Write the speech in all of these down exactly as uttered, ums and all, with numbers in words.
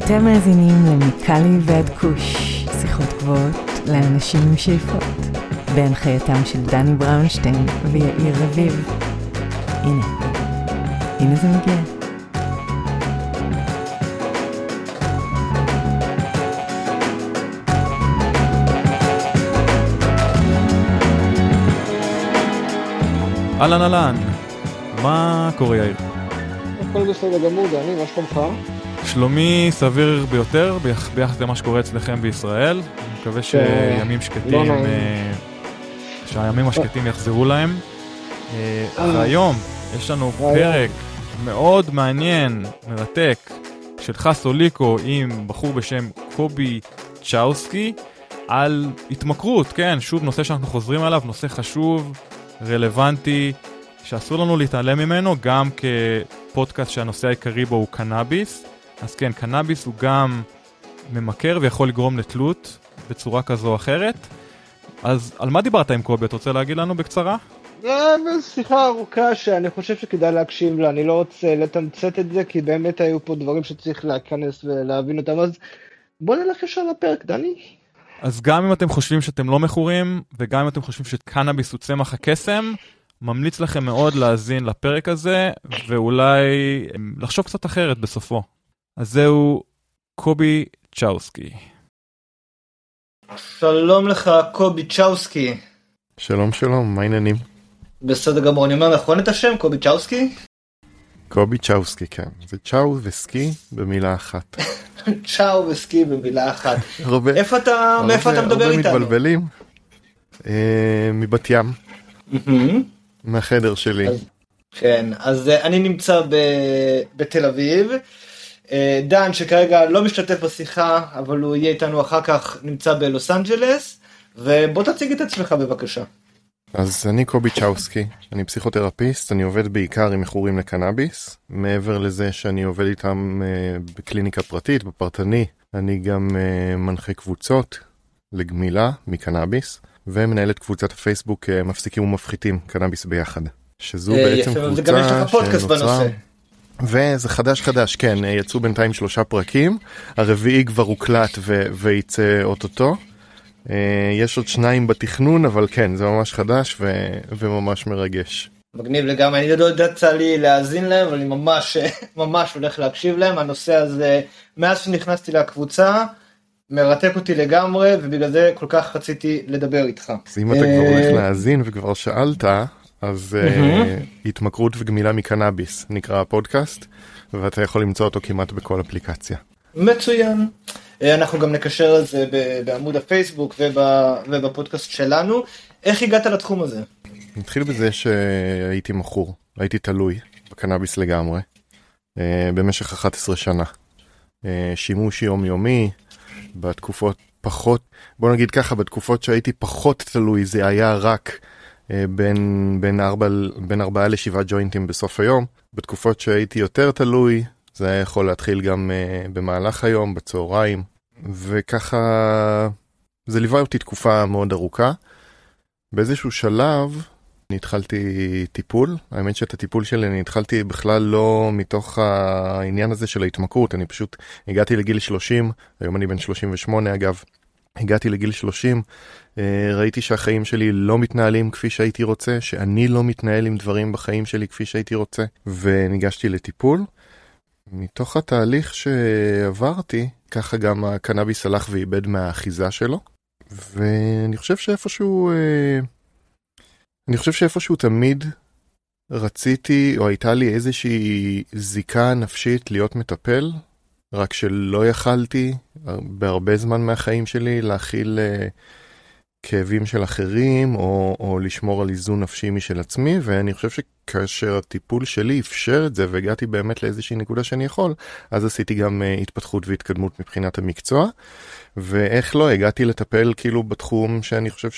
אתם מאזינים למיקלי ועד כוש, שיחות גבוהות לאנשים עם שאיפות, בהנחייתם של דני בראונשטיין ויאיר רביב. הנה, הנה זה מגיע. אהלן אהלן, מה קורה יאיר? הכל בסדר גמור, דני, מה שלומך? שלומי סביר ביותר ביחס למה שקורה אצלכם בישראל. אני מקווה שימים שקטים, שהימים השקטים יחזרו להם. והיום יש לנו פרק מאוד מעניין, מרתק, של חסוליקו עם בחור בשם קובי צ'אוסקי, על התמכרות, כן, שוב נושא שאנחנו חוזרים עליו, נושא חשוב, רלוונטי, שאסור לנו להתעלם ממנו, גם כפודקאסט שהנושא העיקרי בו הוא קנאביס. אז כן, קנאביס הוא גם ממכר ויכול לגרום לתלות בצורה כזו או אחרת. אז על מה דיברת עם קובי? אתה רוצה להגיד לנו בקצרה? זה שיחה ארוכה שאני חושב שכדאי להקשיב לה. אני לא רוצה לתמצת את זה, כי באמת היו פה דברים שצריך להיכנס ולהבין אותם. אז בוא נלך ישר לפרק, דני. אז גם אם אתם חושבים שאתם לא מכורים, וגם אם אתם חושבים שקנאביס הוא צמח הקסם, ממליץ לכם מאוד להאזין לפרק הזה, ואולי לחשוב קצת אחרת בסופו. אז זהו קובי צ'אוסקי. שלום לך, קובי צ'אוסקי. שלום שלום, מה העניינים? בסדר גמור, אני אומר נכון את השם, קובי צ'אוסקי? קובי צ'אוסקי, כן. זה צ'או וסקי במילה אחת. צ'או וסקי במילה אחת. הרבה, איפה אתה, מאיפה אתה מדבר איתנו? הרבה מתבלבלים. אה, מבת ים. Mm-hmm. מהחדר שלי. אז, כן, אז אני נמצא ב, בתל אביב. דן שכרגע לא משתתף בשיחה, אבל הוא יהיה איתנו אחר כך, נמצא בלוס אנג'לס, ובוא תציג את עצמך בבקשה. אז אני קובי צ'אוסקי, אני פסיכותרפיסט, אני עובד בעיקר עם מכורים לקנאביס, מעבר לזה שאני עובד איתם בקליניקה פרטית, בפרטני, אני גם מנחה קבוצות לגמילה מקנאביס, ומנהלת קבוצת הפייסבוק מפסיקים ומפחיתים קנאביס ביחד, שזו בעצם קבוצה שנוצרה... וזה חדש חדש, כן, יצאו בינתיים שלושה פרקים, הרביעי כבר הוקלט ו- וייצא אוטוטו, יש עוד שניים בתכנון, אבל כן, זה ממש חדש ו- וממש מרגש. מגניב לגמרי, אני לא יודעת לי להאזין להם, אבל אני ממש, ממש הולך להקשיב להם, הנושא הזה, מאז שנכנסתי לקבוצה, מרתק אותי לגמרי, ובגלל זה כל כך רציתי לדבר איתך. אז אם אתה כבר הולך להאזין וכבר שאלת, אז uh, התמכרות וגמילה מקנאביס נקרא הפודקאסט, ואתה יכול למצוא אותו כמעט בכל אפליקציה. מצוין. אנחנו גם נקשר את זה בעמוד הפייסבוק ובפודקאסט שלנו. איך הגעת לתחום הזה? נתחיל בזה שהייתי מכור, הייתי תלוי בקנאביס לגמרי, uh, במשך אחת עשרה שנה. Uh, שימוש יומיומי, בתקופות פחות, בוא נגיד ככה, בתקופות שהייתי פחות תלוי, זה היה רק... בין, בין, ארבע, בין ארבעה לשבעה ג'וינטים בסוף היום. בתקופות שהייתי יותר תלוי, זה היה יכול להתחיל גם uh, במהלך היום, בצהריים, וככה זה ליווה אותי תקופה מאוד ארוכה. באיזשהו שלב אני התחלתי טיפול, האמת שאת הטיפול שלי אני התחלתי בכלל לא מתוך העניין הזה של ההתמכרות, אני פשוט הגעתי לגיל שלושים, היום אני בן שלושים ושמונה אגב, הגעתי לגיל שלושים, ראיתי שהחיים שלי לא מתנהלים כפי שהייתי רוצה, שאני לא מתנהל עם דברים בחיים שלי כפי שהייתי רוצה, וניגשתי לטיפול. מתוך התהליך שעברתי, ככה גם הקנאביס הלך ואיבד מהאחיזה שלו, ואני חושב שאיפשהו, אני חושב שאיפשהו תמיד רציתי, או הייתה לי איזושהי זיקה נפשית להיות מטפל, רק שלא יכלתי בהרבה זמן מהחיים שלי להכיל uh, כאבים של אחרים או, או לשמור על איזון נפשי משל עצמי, ואני חושב שכאשר הטיפול שלי אפשר את זה והגעתי באמת לאיזושהי נקודה שאני יכול, אז עשיתי גם uh, התפתחות והתקדמות מבחינת המקצוע, ואיך לא, הגעתי לטפל כאילו בתחום שאני חושב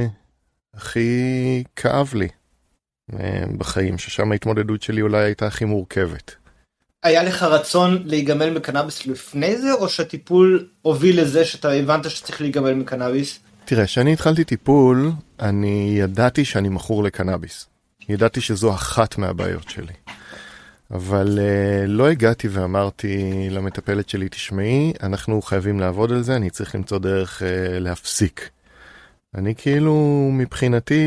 שהכי כאב לי uh, בחיים, ששם ההתמודדות שלי אולי הייתה הכי מורכבת. היה לך רצון להיגמל מקנאביס לפני זה, או שהטיפול הוביל לזה שאתה הבנת שצריך להיגמל מקנאביס? תראה, כשאני התחלתי טיפול, אני ידעתי שאני מכור לקנאביס. ידעתי שזו אחת מהבעיות שלי. אבל uh, לא הגעתי ואמרתי למטפלת שלי, תשמעי, אנחנו חייבים לעבוד על זה, אני צריך למצוא דרך uh, להפסיק. אני כאילו מבחינתי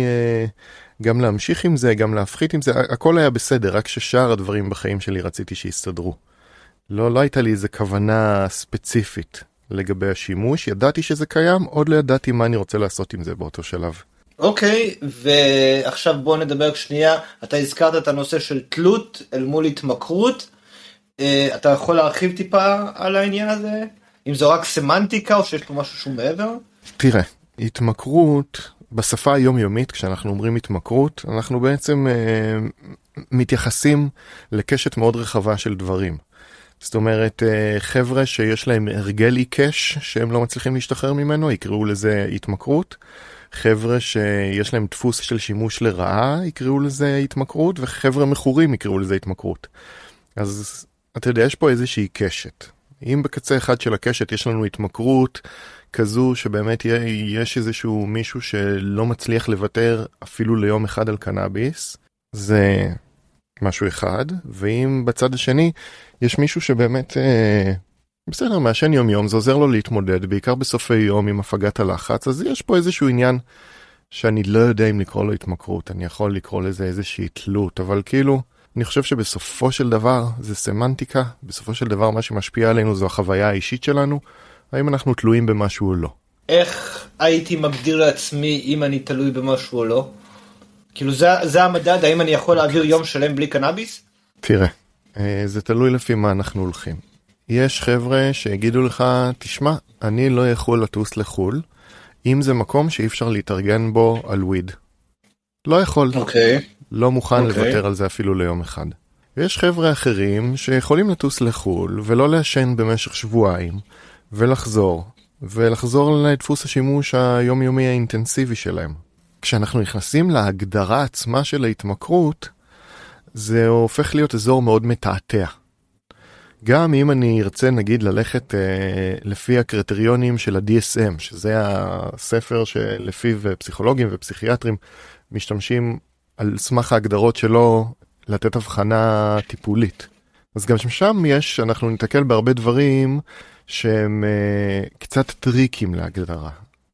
uh, גם להמשיך עם זה, גם להפחית עם זה, הכל היה בסדר, רק ששאר הדברים בחיים שלי רציתי שיסתדרו. לא, לא הייתה לי איזו כוונה ספציפית לגבי השימוש, ידעתי שזה קיים, עוד לא ידעתי מה אני רוצה לעשות עם זה באותו שלב. אוקיי, ועכשיו בוא נדבר שנייה, אתה הזכרת את הנושא של תלות אל מול התמכרות, אתה יכול להרחיב טיפה על העניין הזה? אם זו רק סמנטיקה או שיש פה משהו שהוא מעבר? תראה, התמכרות, בשפה היומיומית, כשאנחנו אומרים התמכרות, אנחנו בעצם אה, מתייחסים לקשת מאוד רחבה של דברים. זאת אומרת, אה, חבר'ה שיש להם הרגל עיקש, שהם לא מצליחים להשתחרר ממנו, יקראו לזה התמכרות. חבר'ה שיש להם דפוס של שימוש לרעה, יקראו לזה התמכרות, וחבר'ה מכורים יקראו לזה התמכרות. אז אתה יודע, יש פה איזושהי קשת. אם בקצה אחד של הקשת יש לנו התמכרות כזו שבאמת יש איזשהו מישהו שלא מצליח לוותר אפילו ליום אחד על קנאביס, זה משהו אחד. ואם בצד השני יש מישהו שבאמת אה, בסדר, מעשן יום יום, זה עוזר לו להתמודד, בעיקר בסופי יום עם הפגת הלחץ, אז יש פה איזשהו עניין שאני לא יודע אם לקרוא לו התמכרות, אני יכול לקרוא לזה איזושהי תלות, אבל כאילו, אני חושב שבסופו של דבר זה סמנטיקה, בסופו של דבר מה שמשפיע עלינו זו החוויה האישית שלנו, האם אנחנו תלויים במשהו או לא. איך הייתי מגדיר לעצמי אם אני תלוי במשהו או לא? כאילו זה, זה המדד, האם אני יכול להעביר יום שלם בלי קנאביס? תראה, זה תלוי לפי מה אנחנו הולכים. יש חבר'ה שיגידו לך, תשמע, אני לא יכול לטוס לחול, אם זה מקום שאי אפשר להתארגן בו על וויד. לא יכול. אוקיי. לא מוכן אוקיי. לוותר על זה אפילו ליום אחד. ויש חבר'ה אחרים שיכולים לטוס לחול, ולא לעשן במשך שבועיים, ולחזור, ולחזור לדפוס השימוש היומיומי האינטנסיבי שלהם. כשאנחנו נכנסים להגדרה עצמה של ההתמכרות, זה הופך להיות אזור מאוד מתעתע. גם אם אני ארצה נגיד ללכת אה, לפי הקריטריונים של ה-די אס אם, שזה הספר שלפיו פסיכולוגים ופסיכיאטרים משתמשים על סמך ההגדרות שלו לתת הבחנה טיפולית. אז גם שם יש, אנחנו נתקל בהרבה דברים שהם אה, קצת טריקים להגדרה.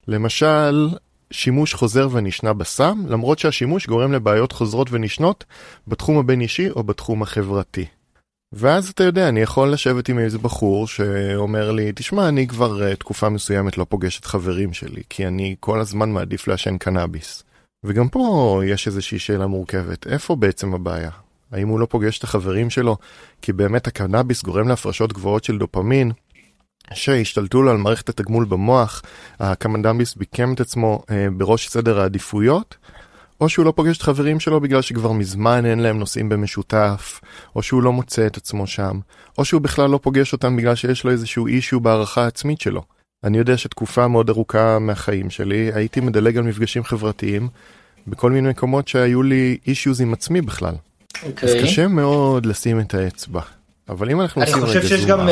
למשל, שימוש חוזר ונשנה בסם, למרות שהשימוש גורם לבעיות חוזרות ונשנות בתחום הבין אישי או בתחום החברתי. ואז אתה יודע, אני יכול לשבת עם איזה בחור שאומר לי, תשמע, אני כבר uh, תקופה מסוימת לא פוגש את חברים שלי, כי אני כל הזמן מעדיף לעשן קנאביס. וגם פה יש איזושהי שאלה מורכבת, איפה בעצם הבעיה? האם הוא לא פוגש את החברים שלו? כי באמת הקנאביס גורם להפרשות גבוהות של דופמין, שהשתלטו לו על מערכת התגמול במוח, הקנאביס ביקם את עצמו uh, בראש סדר העדיפויות, או שהוא לא פוגש את חברים שלו בגלל שכבר מזמן אין להם נושאים במשותף, או שהוא לא מוצא את עצמו שם, או שהוא בכלל לא פוגש אותם בגלל שיש לו איזשהו אישו בערכה העצמית שלו. אני יודע שתקופה מאוד ארוכה מהחיים שלי, הייתי מדלג על מפגשים חברתיים, בכל מיני מקומות שהיו לי אישיוז עם עצמי בכלל. Okay. אז קשה מאוד לשים את האצבע. אבל אם אנחנו עושים רגע זומה... אני חושב שיש גם,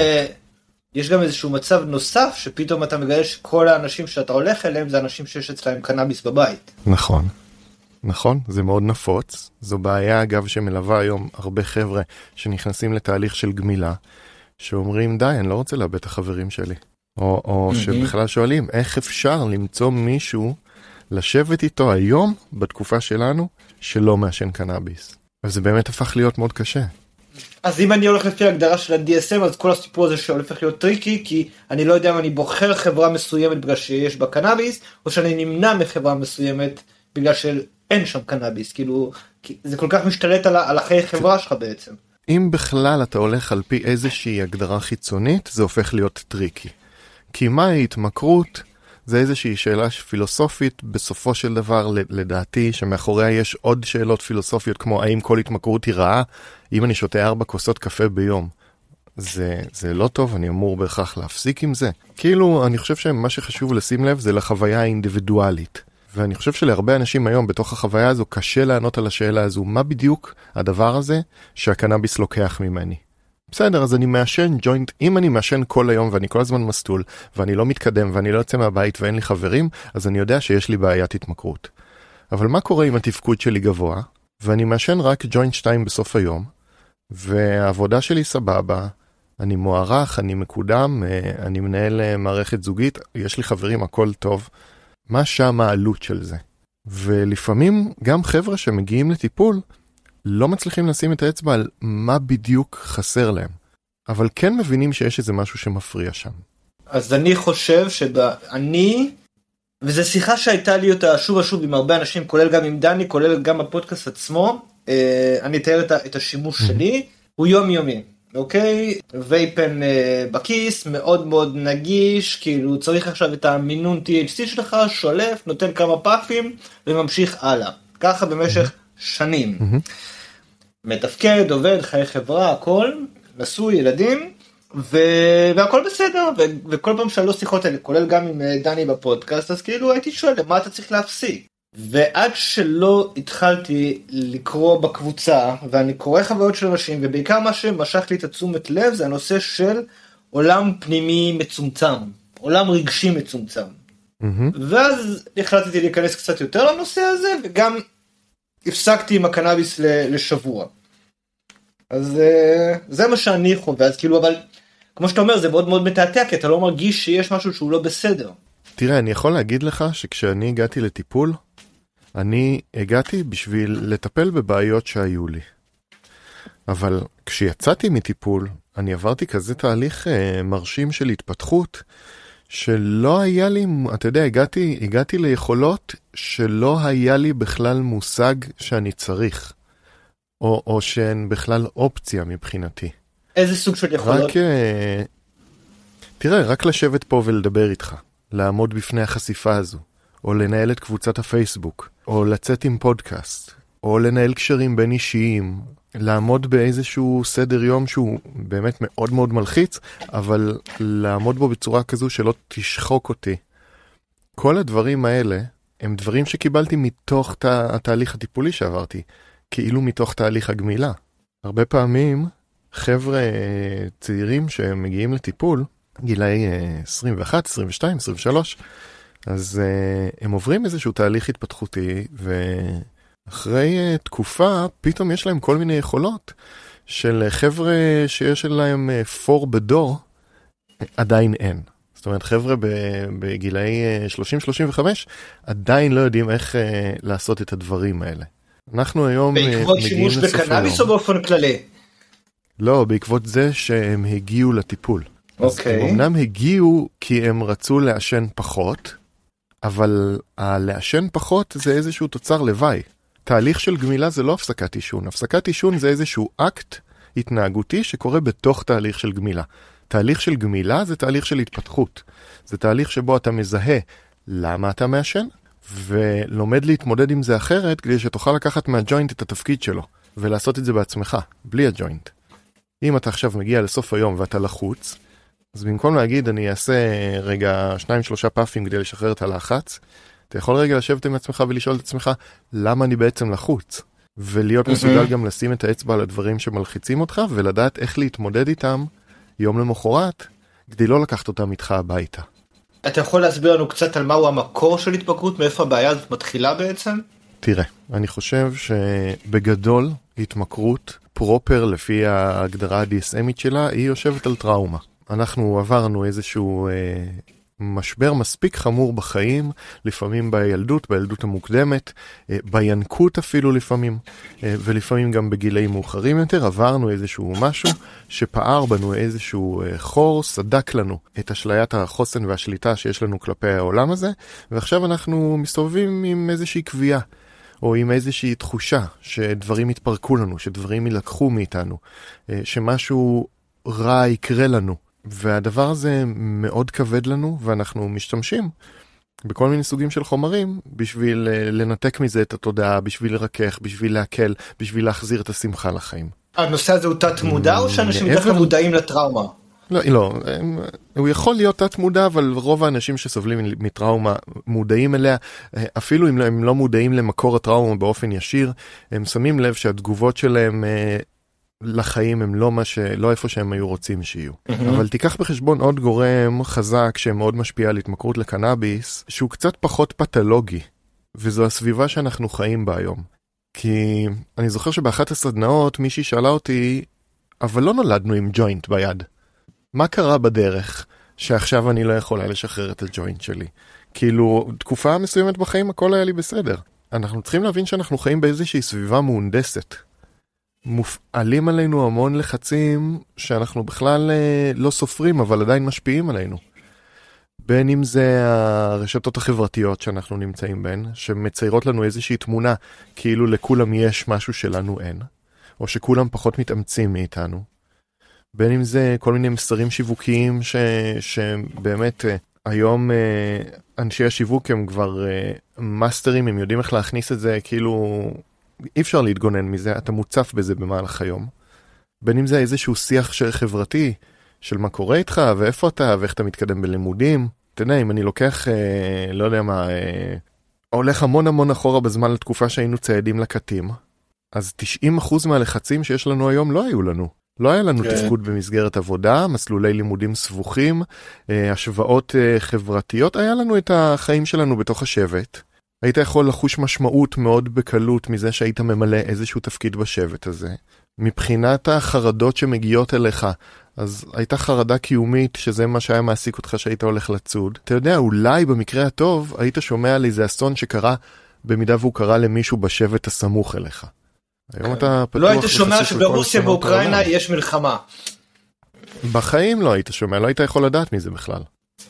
יש גם איזשהו מצב נוסף, שפתאום אתה מגלה שכל האנשים שאתה הולך אליהם, זה אנשים שיש אצלהם קנאביס בבית. נכון. נכון, זה מאוד נפוץ. זו בעיה, אגב, שמלווה היום הרבה חבר'ה שנכנסים לתהליך של גמילה, שאומרים, די, אני לא רוצה לאבד את החברים שלי. או, או שבכלל שואלים, איך אפשר למצוא מישהו לשבת איתו היום, בתקופה שלנו, שלא מעשן קנאביס. וזה באמת הפך להיות מאוד קשה. אז אם אני הולך לפי ההגדרה של ה-די אס אם, אז כל הסיפור הזה שהולך להיות טריקי, כי אני לא יודע אם אני בוחר חברה מסוימת בגלל שיש בה קנאביס, או שאני נמנע מחברה מסוימת בגלל שאין שם קנאביס. כאילו, זה כל כך משתלט על, על החיי חברה שלך בעצם. אם בכלל אתה הולך על פי איזושהי הגדרה חיצונית, זה הופך להיות טריקי. כי מהי התמכרות? זה איזושהי שאלה פילוסופית, בסופו של דבר, לדעתי, שמאחוריה יש עוד שאלות פילוסופיות, כמו האם כל התמכרות היא רעה, אם אני שותה ארבע כוסות קפה ביום. זה, זה לא טוב, אני אמור בהכרח להפסיק עם זה. כאילו, אני חושב שמה שחשוב לשים לב זה לחוויה האינדיבידואלית. ואני חושב שלהרבה אנשים היום בתוך החוויה הזו קשה לענות על השאלה הזו, מה בדיוק הדבר הזה שהקנאביס לוקח ממני? בסדר, אז אני מאשן ג'וינט, אם אני מאשן כל היום ואני כל הזמן מסטול, ואני לא מתקדם ואני לא יוצא מהבית ואין לי חברים, אז אני יודע שיש לי בעיית התמכרות. אבל מה קורה אם התפקוד שלי גבוה, ואני מאשן רק ג'וינט שתיים בסוף היום, והעבודה שלי סבבה, אני מוערך, אני מקודם, אני מנהל מערכת זוגית, יש לי חברים, הכל טוב. מה שם העלות של זה? ולפעמים גם חבר'ה שמגיעים לטיפול, לא מצליחים לשים את האצבע על מה בדיוק חסר להם. אבל כן מבינים שיש איזה משהו שמפריע שם. אז אני חושב שאני, וזו שיחה שהייתה לי אותה שוב ושוב עם הרבה אנשים, כולל גם עם דני, כולל גם בפודקאסט עצמו, אני אתאר את השימוש שלי, הוא יומיומי. אוקיי, וייפן אה, בכיס, מאוד מאוד נגיש, כאילו צריך עכשיו את המינון טי אייץ' סי שלך, שולף, נותן כמה פאפים וממשיך הלאה. ככה במשך שנים. מתפקד, עובד, חיי חברה, הכל, נשוי, ילדים, ו... והכל בסדר, ו... וכל פעם שעלו שיחות האלה, כולל גם עם דני בפודקאסט, אז כאילו הייתי שואל, למה אתה צריך להפסיק? ועד שלא התחלתי לקרוא בקבוצה, ואני קורא חוויות של אנשים, ובעיקר מה שמשך לי את התשומת לב, זה הנושא של עולם פנימי מצומצם, עולם רגשי מצומצם. Mm-hmm. ואז החלטתי להיכנס קצת יותר לנושא הזה, וגם הפסקתי עם הקנאביס לשבוע. אז זה מה שאני חווה, אז כאילו, אבל כמו שאתה אומר, זה מאוד מאוד מתעתע, כי אתה לא מרגיש שיש משהו שהוא לא בסדר. תראה, אני יכול להגיד לך שכשאני הגעתי לטיפול, אני הגעתי בשביל לטפל בבעיות שהיו לי. אבל כשיצאתי מטיפול, אני עברתי כזה תהליך אה, מרשים של התפתחות, שלא היה לי, אתה יודע, הגעתי, הגעתי ליכולות שלא היה לי בכלל מושג שאני צריך, או, או שהן בכלל אופציה מבחינתי. איזה סוג של יכולות? רק, אה, תראה, רק לשבת פה ולדבר איתך, לעמוד בפני החשיפה הזו, או לנהל את קבוצת הפייסבוק, או לצאת עם פודקאסט, או לנהל קשרים בין אישיים, לעמוד באיזשהו סדר יום שהוא באמת מאוד מאוד מלחיץ, אבל לעמוד בו בצורה כזו שלא תשחוק אותי. כל הדברים האלה הם דברים שקיבלתי מתוך ת... התהליך הטיפולי שעברתי, כאילו מתוך תהליך הגמילה. הרבה פעמים חבר'ה צעירים שמגיעים לטיפול, גילאי עשרים ואחת, עשרים ושתיים, עשרים ושלוש, אז uh, הם עוברים איזשהו תהליך התפתחותי, ואחרי uh, תקופה פתאום יש להם כל מיני יכולות של חבר'ה שיש להם uh, פור בדור, עדיין אין. זאת אומרת, חבר'ה בגילאי שלושים שלושים וחמש עדיין לא יודעים איך uh, לעשות את הדברים האלה. אנחנו היום uh, בעקבות שימוש בקנאביס או באופן כללי? לא, בעקבות זה שהם הגיעו לטיפול. אוקיי. הם אמנם הגיעו כי הם רצו לעשן פחות, אבל הלעשן פחות זה איזשהו תוצר לוואי. תהליך של גמילה זה לא הפסקת עישון. הפסקת עישון זה איזשהו אקט התנהגותי שקורה בתוך תהליך של גמילה. תהליך של גמילה זה תהליך של התפתחות. זה תהליך שבו אתה מזהה למה אתה מעשן, ולומד להתמודד עם זה אחרת, כדי שתוכל לקחת מהג'וינט את התפקיד שלו, ולעשות את זה בעצמך, בלי הג'וינט. אם אתה עכשיו מגיע לסוף היום ואתה לחוץ, אז במקום להגיד, אני אעשה רגע שניים שלושה פאפים כדי לשחרר את הלחץ, אתה יכול רגע לשבת עם עצמך ולשאול את עצמך, למה אני בעצם לחוץ? ולהיות מסוגל גם לשים את האצבע על הדברים שמלחיצים אותך, ולדעת איך להתמודד איתם יום למחרת, כדי לא לקחת אותם איתך הביתה. אתה יכול להסביר לנו קצת על מהו המקור של התפקרות, מאיפה הבעיה הזאת מתחילה בעצם? תראה, אני חושב שבגדול התמכרות פרופר לפי ההגדרה ה-די אס אמית שלה, היא יושבת על טראומה. אנחנו עברנו איזשהו אה, משבר מספיק חמור בחיים, לפעמים בילדות, בילדות המוקדמת, אה, בינקות אפילו לפעמים, אה, ולפעמים גם בגילאים מאוחרים יותר, עברנו איזשהו משהו שפער בנו איזשהו אה, חור, סדק לנו את אשליית החוסן והשליטה שיש לנו כלפי העולם הזה, ועכשיו אנחנו מסתובבים עם איזושהי קביעה, או עם איזושהי תחושה שדברים יתפרקו לנו, שדברים ילקחו מאיתנו, אה, שמשהו רע יקרה לנו. והדבר הזה מאוד כבד לנו, ואנחנו משתמשים בכל מיני סוגים של חומרים בשביל לנתק מזה את התודעה, בשביל לרכך, בשביל להקל, בשביל להחזיר את השמחה לחיים. הנושא הזה הוא תת מודע או שאנשים דווקא מודעים לטראומה? לא, לא, הוא יכול להיות תת מודע, אבל רוב האנשים שסובלים מטראומה מודעים אליה, אפילו אם הם לא מודעים למקור הטראומה באופן ישיר, הם שמים לב שהתגובות שלהם לחיים הם לא מה ש... לא איפה שהם היו רוצים שיהיו. Mm-hmm. אבל תיקח בחשבון עוד גורם חזק שמאוד משפיע על התמכרות לקנאביס, שהוא קצת פחות פתולוגי, וזו הסביבה שאנחנו חיים בה היום. כי אני זוכר שבאחת הסדנאות מישהי שאלה אותי, אבל לא נולדנו עם ג'וינט ביד. מה קרה בדרך שעכשיו אני לא יכולה לשחרר את הג'וינט שלי? כאילו, תקופה מסוימת בחיים הכל היה לי בסדר. אנחנו צריכים להבין שאנחנו חיים באיזושהי סביבה מהונדסת. מופעלים עלינו המון לחצים שאנחנו בכלל לא סופרים, אבל עדיין משפיעים עלינו. בין אם זה הרשתות החברתיות שאנחנו נמצאים בהן, שמציירות לנו איזושהי תמונה, כאילו לכולם יש משהו שלנו אין, או שכולם פחות מתאמצים מאיתנו. בין אם זה כל מיני מסרים שיווקיים ש... שבאמת היום אנשי השיווק הם כבר מאסטרים, הם יודעים איך להכניס את זה, כאילו אי אפשר להתגונן מזה, אתה מוצף בזה במהלך היום. בין אם זה איזשהו שיח חברתי, של מה קורה איתך, ואיפה אתה, ואיך אתה מתקדם בלימודים. אתה יודע, אם אני לוקח, אה, לא יודע מה, אה, הולך המון המון אחורה בזמן לתקופה שהיינו ציידים לקטים, אז תשעים אחוז מהלחצים שיש לנו היום לא היו לנו. לא היה לנו okay. תפקוד במסגרת עבודה, מסלולי לימודים סבוכים, אה, השוואות אה, חברתיות, היה לנו את החיים שלנו בתוך השבט. היית יכול לחוש משמעות מאוד בקלות מזה שהיית ממלא איזשהו תפקיד בשבט הזה. מבחינת החרדות שמגיעות אליך, אז הייתה חרדה קיומית שזה מה שהיה מעסיק אותך שהיית הולך לצוד. אתה יודע, אולי במקרה הטוב היית שומע על איזה אסון שקרה במידה והוא קרה למישהו בשבט הסמוך אליך. היום אתה פתוח... לא היית שומע שברוסיה ואוקראינה יש מלחמה. בחיים לא היית שומע, לא היית יכול לדעת מזה בכלל.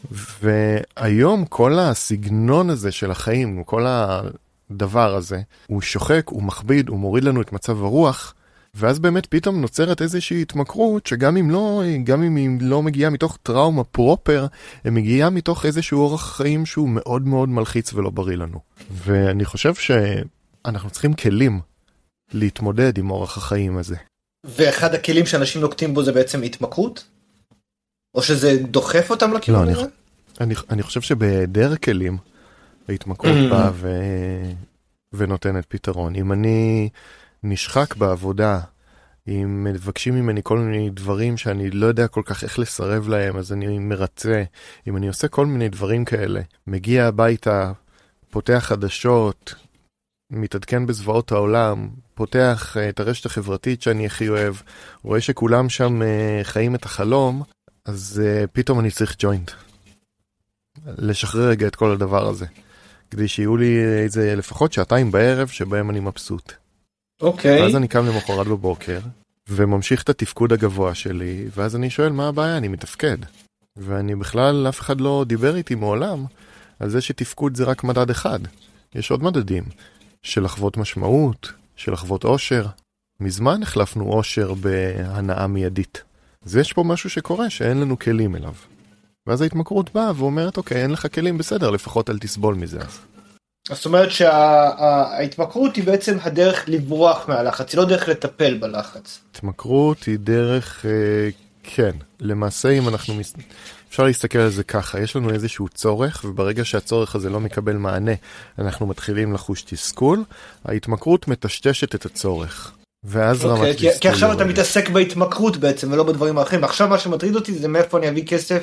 והיום כל הסגנון הזה של החיים, כל הדבר הזה, הוא שוחק, הוא מכביד, הוא מוריד לנו את מצב הרוח, ואז באמת פתאום נוצרת איזושהי התמכרות, שגם אם לא, גם אם היא לא מגיעה מתוך טראומה פרופר, היא מגיעה מתוך איזשהו אורח חיים שהוא מאוד מאוד מלחיץ ולא בריא לנו. ואני חושב שאנחנו צריכים כלים להתמודד עם אורח החיים הזה. ואחד הכלים שאנשים נוקטים בו זה בעצם התמכרות? או שזה דוחף אותם לכיוון הזה? לא, אני, אני, אני חושב שבהיעדר כלים, ההתמכרות באה ו... ונותנת פתרון. אם אני נשחק בעבודה, אם מבקשים ממני כל מיני דברים שאני לא יודע כל כך איך לסרב להם, אז אני מרצה. אם אני עושה כל מיני דברים כאלה, מגיע הביתה, פותח חדשות, מתעדכן בזוועות העולם, פותח את הרשת החברתית שאני הכי אוהב, רואה שכולם שם חיים את החלום, אז פתאום אני צריך ג'וינט. לשחרר רגע את כל הדבר הזה. כדי שיהיו לי איזה לפחות שעתיים בערב שבהם אני מבסוט. אוקיי. ואז אני קם למחרת בבוקר, וממשיך את התפקוד הגבוה שלי, ואז אני שואל מה הבעיה, אני מתפקד. ואני בכלל, אף אחד לא דיבר איתי מעולם, על זה שתפקוד זה רק מדד אחד. יש עוד מדדים, של לחוות משמעות, של לחוות אושר. מזמן החלפנו אושר בהנאה מיידית. אז יש פה משהו שקורה שאין לנו כלים אליו. ואז ההתמכרות באה ואומרת, אוקיי, אין לך כלים בסדר, לפחות אל תסבול מזה אז. זאת אומרת שההתמכרות היא בעצם הדרך לברוח מהלחץ, היא לא דרך לטפל בלחץ. התמכרות היא דרך, כן, למעשה אם אנחנו, אפשר להסתכל על זה ככה, יש לנו איזשהו צורך, וברגע שהצורך הזה לא מקבל מענה, אנחנו מתחילים לחוש תסכול, ההתמכרות מטשטשת את הצורך. ואז רמת תסכול. כי עכשיו אתה מתעסק בהתמכרות בעצם, ולא בדברים האחרים. עכשיו מה שמטריד אותי זה מאיפה אני אביא כסף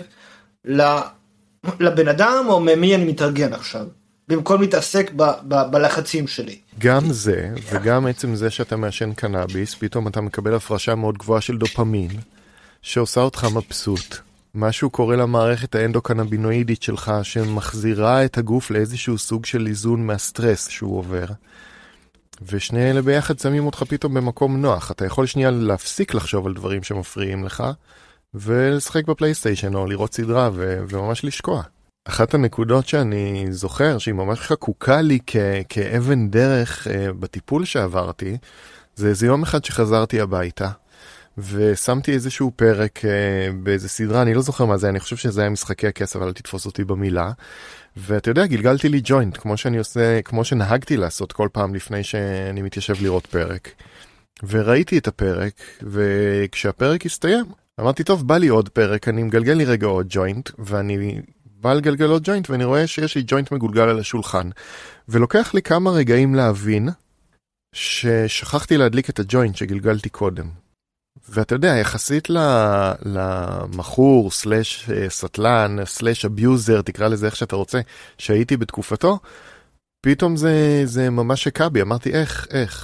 לבן אדם, או ממי אני מתארגן עכשיו. במקום להתעסק ב- ב- בלחצים שלי. גם זה, וגם עצם זה שאתה מעשן קנאביס, פתאום אתה מקבל הפרשה מאוד גבוהה של דופמין, שעושה אותך מבסוט. משהו קורה למערכת האנדוקנבינואידית שלך, שמחזירה את הגוף לאיזשהו סוג של איזון מהסטרס שהוא עובר. ושני אלה ביחד שמים אותך פתאום במקום נוח. אתה יכול שנייה להפסיק לחשוב על דברים שמפריעים לך, ולשחק בפלייסטיישן או לראות סדרה ו- וממש לשקוע. אחת הנקודות שאני זוכר שהיא ממש חקוקה לי כ- כאבן דרך uh, בטיפול שעברתי, זה איזה יום אחד שחזרתי הביתה, ושמתי איזשהו פרק uh, באיזה סדרה, אני לא זוכר מה זה, אני חושב שזה היה משחקי הכס, אבל אל תתפוס אותי במילה, ואתה יודע, גלגלתי לי ג'וינט, כמו שאני עושה, כמו שנהגתי לעשות כל פעם לפני שאני מתיישב לראות פרק. וראיתי את הפרק, וכשהפרק הסתיים, אמרתי, טוב, בא לי עוד פרק, אני מגלגל לי רגע עוד ג'וינט, ואני בא לגלגל עוד ג'וינט, ואני רואה שיש לי ג'וינט מגולגל על השולחן. ולוקח לי כמה רגעים להבין ששכחתי להדליק את הג'וינט שגלגלתי קודם. ואתה יודע, יחסית למחור, סלש סטלן, סלש אביוזר, תקרא לזה איך שאתה רוצה, שהייתי בתקופתו, פתאום זה, זה ממש שקע בי, אמרתי, איך, איך?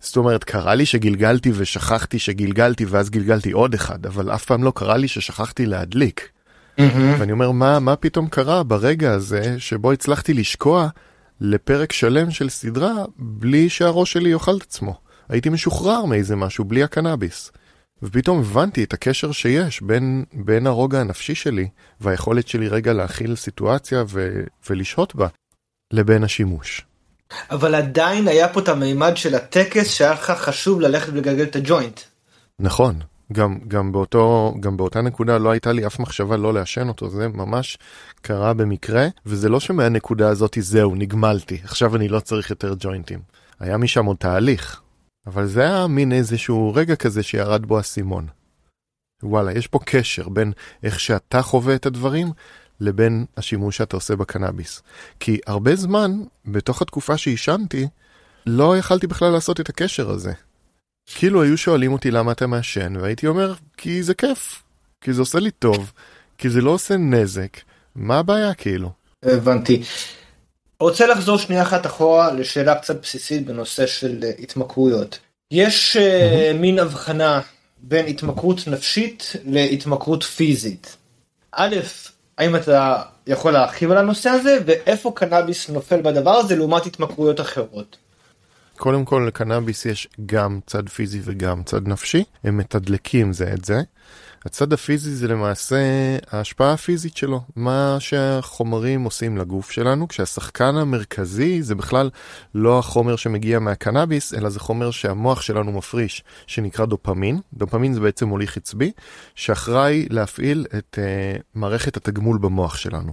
זאת אומרת, קרה לי שגלגלתי ושכחתי שגלגלתי, ואז גלגלתי עוד אחד, אבל אף פעם לא קרה לי ששכחתי להדליק. Mm-hmm. ואני אומר, מה, מה פתאום קרה ברגע הזה, שבו הצלחתי לשקוע לפרק שלם של סדרה, בלי שהראש שלי יאכל את עצמו. הייתי משוחרר מאיזה משהו, בלי הקנאביס. ופתאום הבנתי את הקשר שיש בין, בין הרוגע הנפשי שלי, והיכולת שלי רגע להכיל סיטואציה ו, ולשהות בה, לבין השימוש. אבל עדיין היה פה את המימד של הטקס שהיה לך חשוב ללכת ולגלגל את הג'וינט. נכון, גם, גם, באותו, גם באותה נקודה לא הייתה לי אף מחשבה לא לעשן אותו, זה ממש קרה במקרה, וזה לא שמהנקודה הזאת זהו, נגמלתי, עכשיו אני לא צריך יותר ג'וינטים. היה משם עוד תהליך, אבל זה היה מין איזשהו רגע כזה שירד בו הסימון. וואלה, יש פה קשר בין איך שאתה חווה את הדברים, לבין השימוש שאתה עושה בקנאביס. כי הרבה זמן, בתוך התקופה שהישנתי, לא יכלתי בכלל לעשות את הקשר הזה. כאילו היו שואלים אותי למה אתה מעשן, והייתי אומר, כי זה כיף, כי זה עושה לי טוב, כי זה לא עושה נזק. מה הבעיה כאילו? הבנתי. רוצה לחזור שנייה אחת אחורה לשאלה קצת בסיסית בנושא של התמכרויות. יש mm-hmm. מין הבחנה בין התמכרות נפשית להתמכרות פיזית. א', האם אתה יכול להרחיב על הנושא הזה, ואיפה קנאביס נופל בדבר הזה לעומת התמכרויות אחרות? קודם כל, לקנאביס יש גם צד פיזי וגם צד נפשי. הם מתדלקים זה את זה. הצד הפיזי זה למעשה ההשפעה הפיזית שלו. מה שהחומרים עושים לגוף שלנו, כשהשחקן המרכזי זה בכלל לא החומר שמגיע מהקנאביס, אלא זה חומר שהמוח שלנו מפריש, שנקרא דופמין. דופמין זה בעצם מוליך עצבי, שאחראי להפעיל את uh, מערכת התגמול במוח שלנו.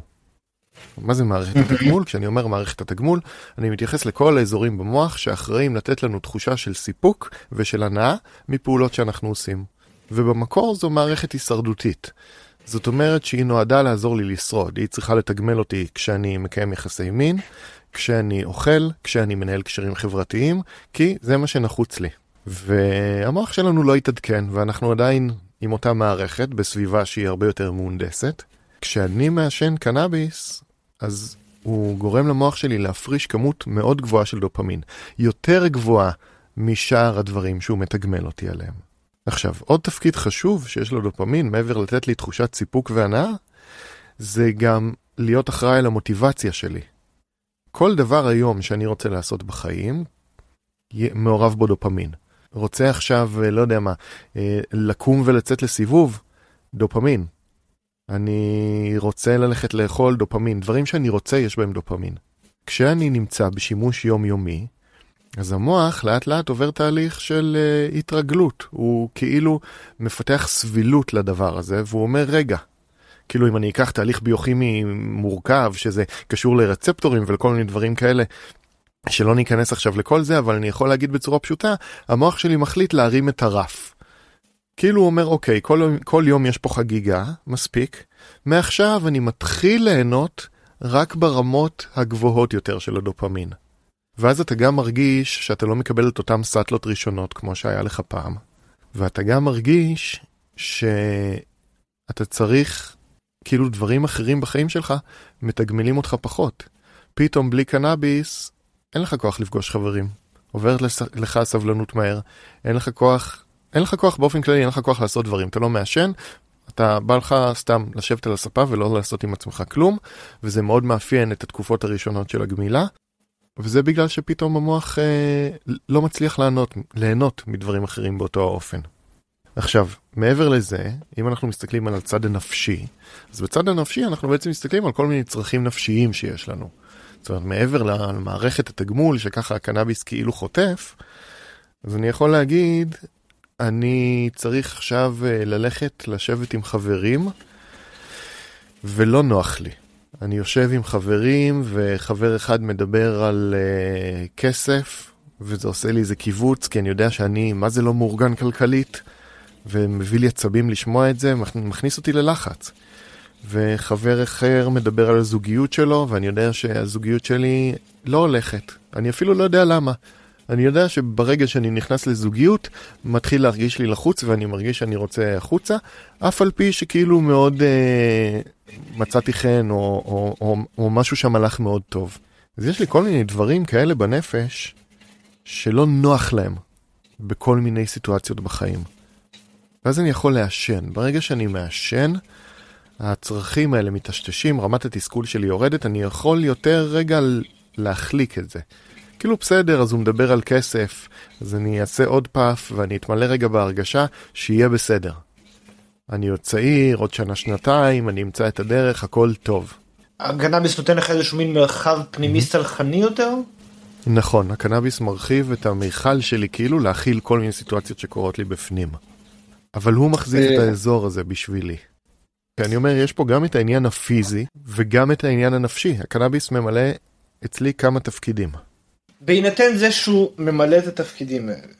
מה זה מערכת התגמול? כשאני אומר מערכת התגמול, אני מתייחס לכל האזורים במוח שאחראים לתת לנו תחושה של סיפוק ושל הנאה מפעולות שאנחנו עושים. ובמקור זו מערכת הישרדותית. זאת אומרת שהיא נועדה לעזור לי לשרוד. היא צריכה לתגמל אותי כשאני מקיים יחסי מין, כשאני אוכל, כשאני מנהל קשרים חברתיים, כי זה מה שנחוץ לי. והמוח שלנו לא יתעדכן, ואנחנו עדיין עם אותה מערכת בסביבה שהיא הרבה יותר מהונדסת. כשאני מעשן קנאביס, אז הוא גורם למוח שלי להפריש כמות מאוד גבוהה של דופמין. יותר גבוהה משאר הדברים שהוא מתגמל אותי עליהם. עכשיו, עוד תפקיד חשוב שיש לו דופמין, מעבר לתת לי תחושת סיפוק והנאה, זה גם להיות אחראי על המוטיבציה שלי. כל דבר היום שאני רוצה לעשות בחיים, מעורב בו דופמין. רוצה עכשיו, לא יודע מה, לקום ולצאת לסיבוב, דופמין. אני רוצה ללכת לאכול דופמין. דברים שאני רוצה יש בהם דופמין. כשאני נמצא בשימוש יומיומי, אז המוח לאט לאט עובר תהליך של uh, התרגלות. הוא כאילו מפתח סבילות לדבר הזה, והוא אומר, רגע, כאילו אם אני אקח תהליך ביוכימי מורכב, שזה קשור לרצפטורים ולכל מיני דברים כאלה, שלא ניכנס עכשיו לכל זה, אבל אני יכול להגיד בצורה פשוטה, המוח שלי מחליט להרים את הרף. כאילו הוא אומר, אוקיי, כל, כל יום יש פה חגיגה, מספיק, מעכשיו אני מתחיל ליהנות רק ברמות הגבוהות יותר של הדופמין. ואז אתה גם מרגיש שאתה לא מקבל את אותם סטלות ראשונות כמו שהיה לך פעם. ואתה גם מרגיש שאתה צריך, כאילו דברים אחרים בחיים שלך מתגמלים אותך פחות. פתאום בלי קנאביס, אין לך כוח לפגוש חברים. עוברת לך סבלנות מהר. אין לך כוח, אין לך כוח באופן כללי, אין לך כוח לעשות דברים. אתה לא מעשן, אתה בא לך סתם לשבת על הספה ולא לעשות עם עצמך כלום, וזה מאוד מאפיין את התקופות הראשונות של הגמילה. וזה בגלל שפתאום המוח אה, לא מצליח לענות, ליהנות מדברים אחרים באותו האופן. עכשיו, מעבר לזה, אם אנחנו מסתכלים על הצד הנפשי, אז בצד הנפשי אנחנו בעצם מסתכלים על כל מיני צרכים נפשיים שיש לנו. זאת אומרת, מעבר למערכת התגמול שככה הקנאביס כאילו חוטף, אז אני יכול להגיד, אני צריך עכשיו ללכת לשבת עם חברים, ולא נוח לי. אני יושב עם חברים, וחבר אחד מדבר על uh, כסף, וזה עושה לי איזה קיבוץ, כי אני יודע שאני, מה זה לא מאורגן כלכלית, ומביא לי עצבים לשמוע את זה, מכניס אותי ללחץ. וחבר אחר מדבר על הזוגיות שלו, ואני יודע שהזוגיות שלי לא הולכת. אני אפילו לא יודע למה. אני יודע שברגע שאני נכנס לזוגיות, מתחיל להרגיש לי לחוץ, ואני מרגיש שאני רוצה חוצה, אף על פי שכאילו מאוד אה, מצאתי חן, או, או, או, או משהו שם הלך מאוד טוב. אז יש לי כל מיני דברים כאלה בנפש, שלא נוח להם. בכל מיני סיטואציות בחיים. ואז אני יכול לעשן. ברגע שאני מעשן, הצרכים האלה מתשתשים, רמת התסכול שלי יורדת, אני יכול יותר רגע להחליק את זה. כאילו בסדר, אז הוא מדבר על כסף, אז אני אעשה עוד פאף, ואני אתמלא רגע בהרגשה שיהיה בסדר. אני עוד צעיר, עוד שנה, שנתיים, אני אמצא את הדרך, הכל טוב. הקנאביס נותן לך איזשהו מין מרחב פנימי סלחני יותר? נכון, הקנאביס מרחיב את המיכל שלי כאילו להכיל כל מיני סיטואציות שקורות לי בפנים. אבל הוא מחזיק את האזור הזה בשבילי. כי אני אומר, יש פה גם את העניין הפיזי וגם את העניין הנפשי. הקנאביס ממלא אצלי כמה תפקידים. בהינתן זה שהוא ממלא את התפקידים האלה.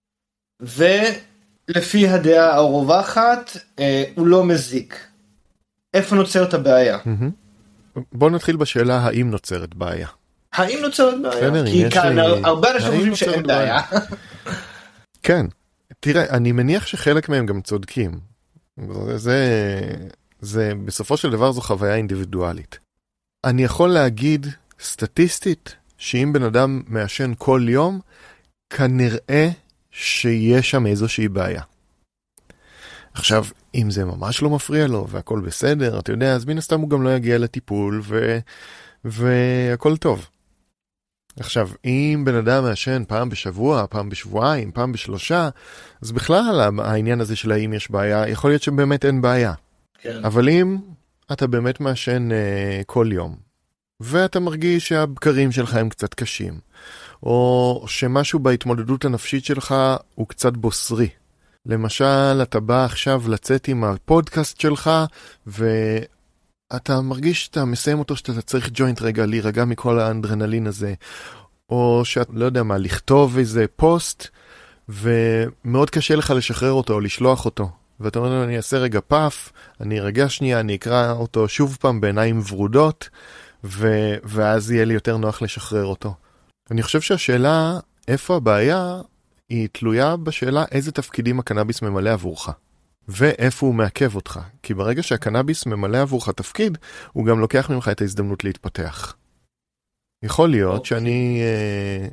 ולפי הדעה הרווחת, אה, הוא לא מזיק. איפה נוצרת הבעיה? בואו נתחיל בשאלה האם נוצרת בעיה. האם נוצרת בעיה? כי כאן הרבה אנשים חושבים שאין בעיה. כן. תראה, אני מניח שחלק מהם גם צודקים. זה, זה, בסופו של דבר זו חוויה אינדיבידואלית. אני יכול להגיד סטטיסטית, שאם בן אדם מעשן כל יום, כנראה שיש שם איזושהי בעיה. עכשיו, אם זה ממש לא מפריע לו, והכל בסדר, אתה יודע, אז מן הסתם הוא גם לא יגיע לטיפול, ו... והכל טוב. עכשיו, אם בן אדם מעשן פעם בשבוע, פעם בשבועיים, פעם בשלושה, אז בכלל העניין הזה של האם יש בעיה, יכול להיות שבאמת אין בעיה. כן. אבל אם אתה באמת מעשן uh, כל יום, ואתה מרגיש שהבקרים שלך הם קצת קשים, או שמשהו בהתמודדות הנפשית שלך הוא קצת בוסרי. למשל, אתה בא עכשיו לצאת עם הפודקאסט שלך, ואתה מרגיש שאתה מסיים אותו שאתה צריך ג'וינט רגע, להירגע מכל האנדרנלין הזה, או שאתה לא יודע מה, לכתוב איזה פוסט, ומאוד קשה לך לשחרר אותו או לשלוח אותו. ואתה אומר, אני אעשה רגע פאף, אני ארגע שנייה, אני אקרא אותו שוב פעם בעיניים ורודות, ו- ואז יהיה לי יותר נוח לשחרר אותו. אני חושב שהשאלה, איפה הבעיה, היא תלויה בשאלה איזה תפקידים הקנאביס ממלא עבורך, ואיפה הוא מעכב אותך. כי ברגע שהקנאביס ממלא עבורך תפקיד, הוא גם לוקח ממך את ההזדמנות להתפתח. יכול להיות שאני אה,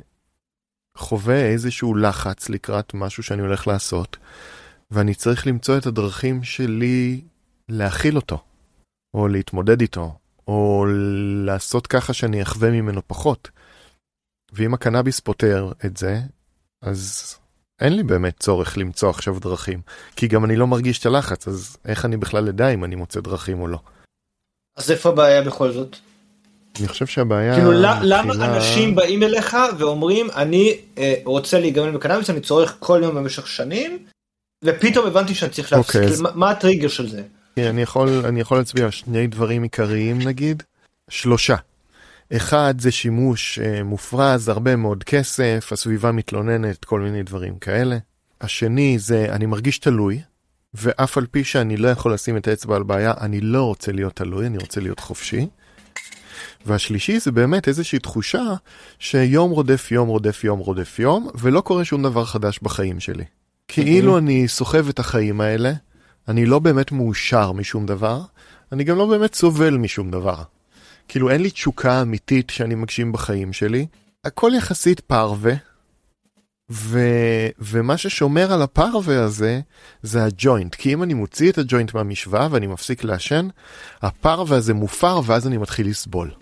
חווה איזשהו לחץ לקראת משהו שאני הולך לעשות, ואני צריך למצוא את הדרכים שלי להכיל אותו, או להתמודד איתו, או לעשות ככה שאני אחווה ממנו פחות. ואם הקנאביס פותר את זה, אז אין לי באמת צורך למצוא עכשיו דרכים. כי גם אני לא מרגיש את הלחץ, אז איך אני בכלל לדע אם אני מוצא דרכים או לא? אז איפה הבעיה בכל זאת? אני חושב שהבעיה... כאילו, למה אנשים באים אליך ואומרים, אני רוצה להיגמל בקנאביס, אני צורך כל יום במשך שנים, ופתאום הבנתי שאני צריך להפסיק. מה הטריגר של זה? אני יכול, אני יכול להצביע על שני דברים עיקריים נגיד. שלושה. אחד זה שימוש אה, מופרז, הרבה מאוד כסף, הסביבה מתלוננת, כל מיני דברים כאלה. השני זה אני מרגיש תלוי, ואף על פי שאני לא יכול לשים את האצבע על בעיה, אני לא רוצה להיות תלוי, אני רוצה להיות חופשי. והשלישי זה באמת איזושהי תחושה שיום רודף יום רודף יום רודף יום, ולא קורה שום דבר חדש בחיים שלי. כאילו אני סוחב את החיים האלה, אני לא באמת מאושר משום דבר, אני גם לא באמת סובל משום דבר. כאילו אין לי תשוקה אמיתית שאני מגשים בחיים שלי, הכל יחסית פרווה, ו... ומה ששומר על הפרווה הזה, זה הג'וינט, כי אם אני מוציא את הג'וינט מהמשוואה ואני מפסיק לעשן, הפרווה הזה מופר ואז אני מתחיל לסבול.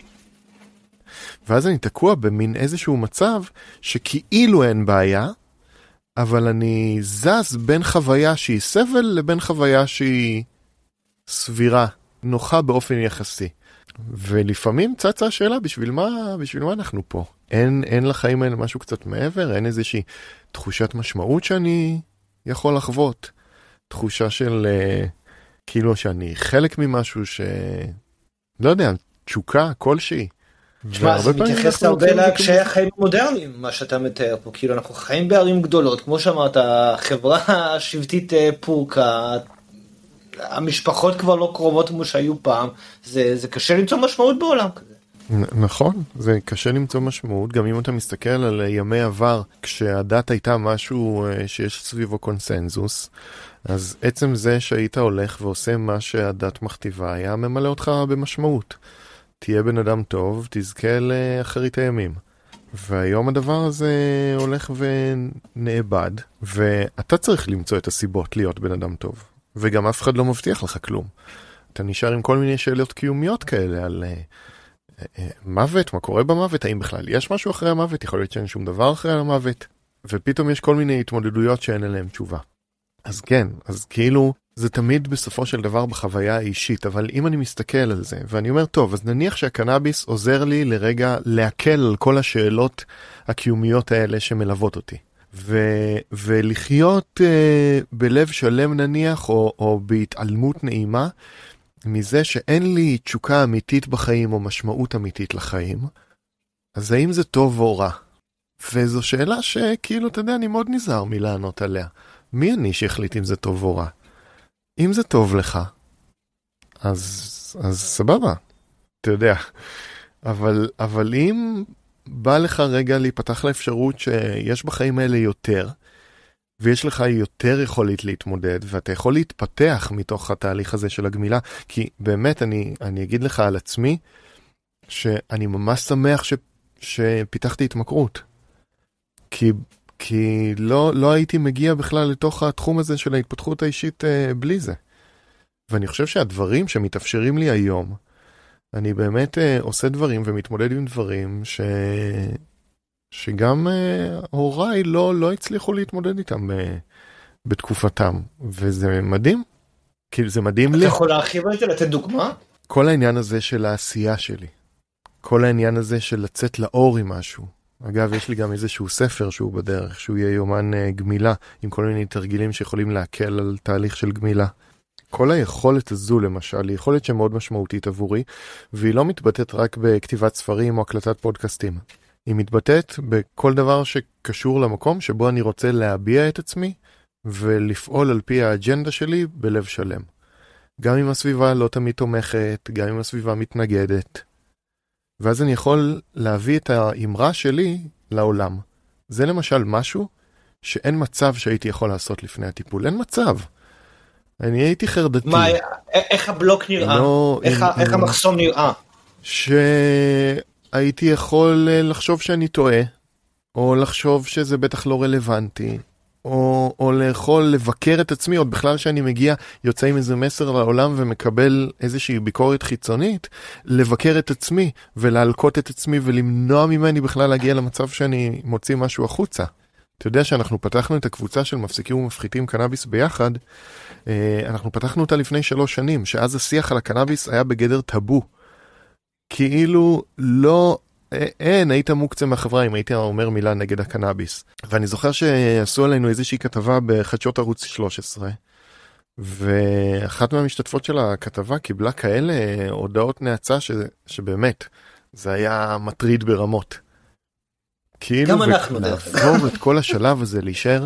ואז אני תקוע במין איזשהו מצב שכאילו אין בעיה, אבל אני זז בין חוויה שהיא סבל לבין חוויה שהיא סבירה, נוחה באופן יחסי. ולפעמים צצה השאלה, בשביל מה, בשביל מה אנחנו פה? אין, אין לחיים האלה משהו קצת מעבר? אין איזושהי תחושת משמעות שאני יכול לחוות? תחושה של כאילו שאני חלק ממשהו ש... לא יודע, תשוקה כלשהי. תשמע, זה מתייחס הרבה לקשיי החיים המודרניים, מה שאתה מתאר פה. כאילו אנחנו חיים בערים גדולות, כמו שאמרת, החברה השבטית פורקה, המשפחות כבר לא קרובות כמו שהיו פעם, זה, זה קשה למצוא משמעות בעולם כזה. נכון, זה קשה למצוא משמעות, גם אם אתה מסתכל על ימי עבר, כשהדת הייתה משהו שיש סביבו קונסנזוס, אז עצם זה שהיית הולך ועושה מה שהדת מכתיבה, היה ממלא אותך במשמעות. תהיה בן אדם טוב, תזכה לאחרית הימים. והיום הדבר הזה הולך ונאבד, ואתה צריך למצוא את הסיבות להיות בן אדם טוב. וגם אף אחד לא מבטיח לך כלום. אתה נשאר עם כל מיני שאלות קיומיות כאלה על uh, uh, מוות, מה קורה במוות, האם בכלל יש משהו אחרי המוות, יכול להיות שאין שום דבר אחרי המוות, ופתאום יש כל מיני התמודדויות שאין עליהן תשובה. אז כן, אז כאילו זה תמיד בסופו של דבר בחוויה האישית, אבל אם אני מסתכל על זה, ואני אומר, טוב, אז נניח שהקנאביס עוזר לי לרגע להקל על כל השאלות הקיומיות האלה שמלוות אותי. ו- ולחיות uh, בלב שלם נניח, או, או בהתעלמות נעימה, מזה שאין לי תשוקה אמיתית בחיים, או משמעות אמיתית לחיים, אז האם זה טוב או רע? וזו שאלה שכאילו, אתה יודע, אני מאוד נזהר מלענות עליה. מי אני שהחליט אם זה טוב או רע? אם זה טוב לך, אז, אז סבבה, אתה יודע. אבל, אבל אם בא לך רגע להיפתח לאפשרות שיש בחיים האלה יותר, ויש לך יותר יכולת להתמודד, ואתה יכול להתפתח מתוך התהליך הזה של הגמילה, כי באמת אני, אני אגיד לך על עצמי, שאני ממש שמח ש, שפיתחתי התמכרות. כי, כי לא, לא הייתי מגיע בכלל לתוך התחום הזה של ההתפתחות האישית אה, בלי זה. ואני חושב שהדברים שמתאפשרים לי היום, אני באמת אה, עושה דברים ומתמודד עם דברים ש... שגם אה, הוריי לא, לא הצליחו להתמודד איתם ב... בתקופתם. וזה מדהים. כאילו זה מדהים לי. אתה יכול להרחיב על זה, לתת דוגמה? כל העניין הזה של העשייה שלי. כל העניין הזה של לצאת לאור עם משהו. אגב, יש לי גם איזשהו ספר שהוא בדרך, שהוא יהיה יומן uh, גמילה, עם כל מיני תרגילים שיכולים להקל על תהליך של גמילה. כל היכולת הזו, למשל, היא יכולת שמאוד משמעותית עבורי, והיא לא מתבטאת רק בכתיבת ספרים או הקלטת פודקאסטים. היא מתבטאת בכל דבר שקשור למקום שבו אני רוצה להביע את עצמי, ולפעול על פי האג'נדה שלי בלב שלם. גם אם הסביבה לא תמיד תומכת, גם אם הסביבה מתנגדת. ואז אני יכול להביא את האמרה שלי לעולם. זה למשל משהו שאין מצב שהייתי יכול לעשות לפני הטיפול. אין מצב. אני הייתי חרדתי. מה, איך הבלוק נראה? לא, איך, אין, איך המחסום נראה? שהייתי יכול לחשוב שאני טועה, או לחשוב שזה בטח לא רלוונטי, או, או לאכול לבקר את עצמי, עוד בכלל שאני מגיע, יוצא עם איזה מסר לעולם ומקבל איזושהי ביקורת חיצונית, לבקר את עצמי ולהלקות את עצמי ולמנוע ממני בכלל להגיע למצב שאני מוציא משהו החוצה. אתה יודע שאנחנו פתחנו את הקבוצה של מפסיקים ומפחיתים קנאביס ביחד, אנחנו פתחנו אותה לפני שלוש שנים, שאז השיח על הקנאביס היה בגדר טאבו. כאילו לא... אין, היית מוקצה מהחברה אם היית אומר מילה נגד הקנאביס. ואני זוכר שעשו עלינו איזושהי כתבה בחדשות ערוץ שלוש עשרה, ואחת מהמשתתפות של הכתבה קיבלה כאלה הודעות נאצה ש... שבאמת, זה היה מטריד ברמות. כאילו, גם אנחנו דרך. לעבור את כל השלב הזה, להישאר...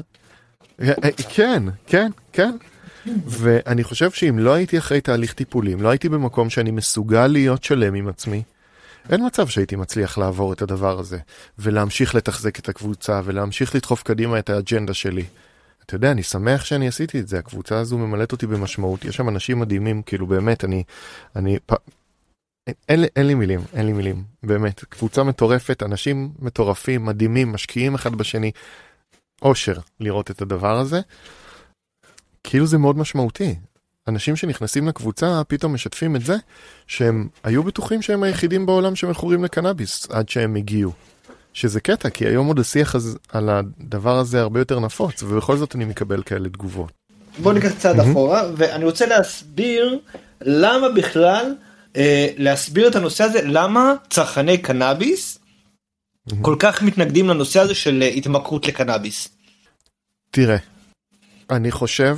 כן, כן, כן. ואני חושב שאם לא הייתי אחרי תהליך טיפולים, לא הייתי במקום שאני מסוגל להיות שלם עם עצמי, אין מצב שהייתי מצליח לעבור את הדבר הזה, ולהמשיך לתחזק את הקבוצה, ולהמשיך לדחוף קדימה את האג'נדה שלי. אתה יודע, אני שמח שאני עשיתי את זה, הקבוצה הזו ממלאת אותי במשמעות, יש שם אנשים מדהימים, כאילו באמת, אני, אני, פ... אין לי, אין לי מילים, אין לי מילים, באמת, קבוצה מטורפת, אנשים מטורפים, מדהימים, משקיעים אחד בשני, אושר לראות את הדבר הזה, כאילו זה מאוד משמעותי. אנשים שנכנסים לקבוצה פתאום משתפים את זה שהם היו בטוחים שהם היחידים בעולם שמכורים לקנאביס עד שהם הגיעו. שזה קטע, כי היום עוד השיח הזה, על הדבר הזה הרבה יותר נפוץ, ובכל זאת אני מקבל כאלה תגובות. בואו ניקח צעד mm-hmm. אחורה, ואני רוצה להסביר למה בכלל, אה, להסביר את הנושא הזה, למה צרכני קנאביס mm-hmm. כל כך מתנגדים לנושא הזה של התמכרות לקנאביס. תראה, אני חושב...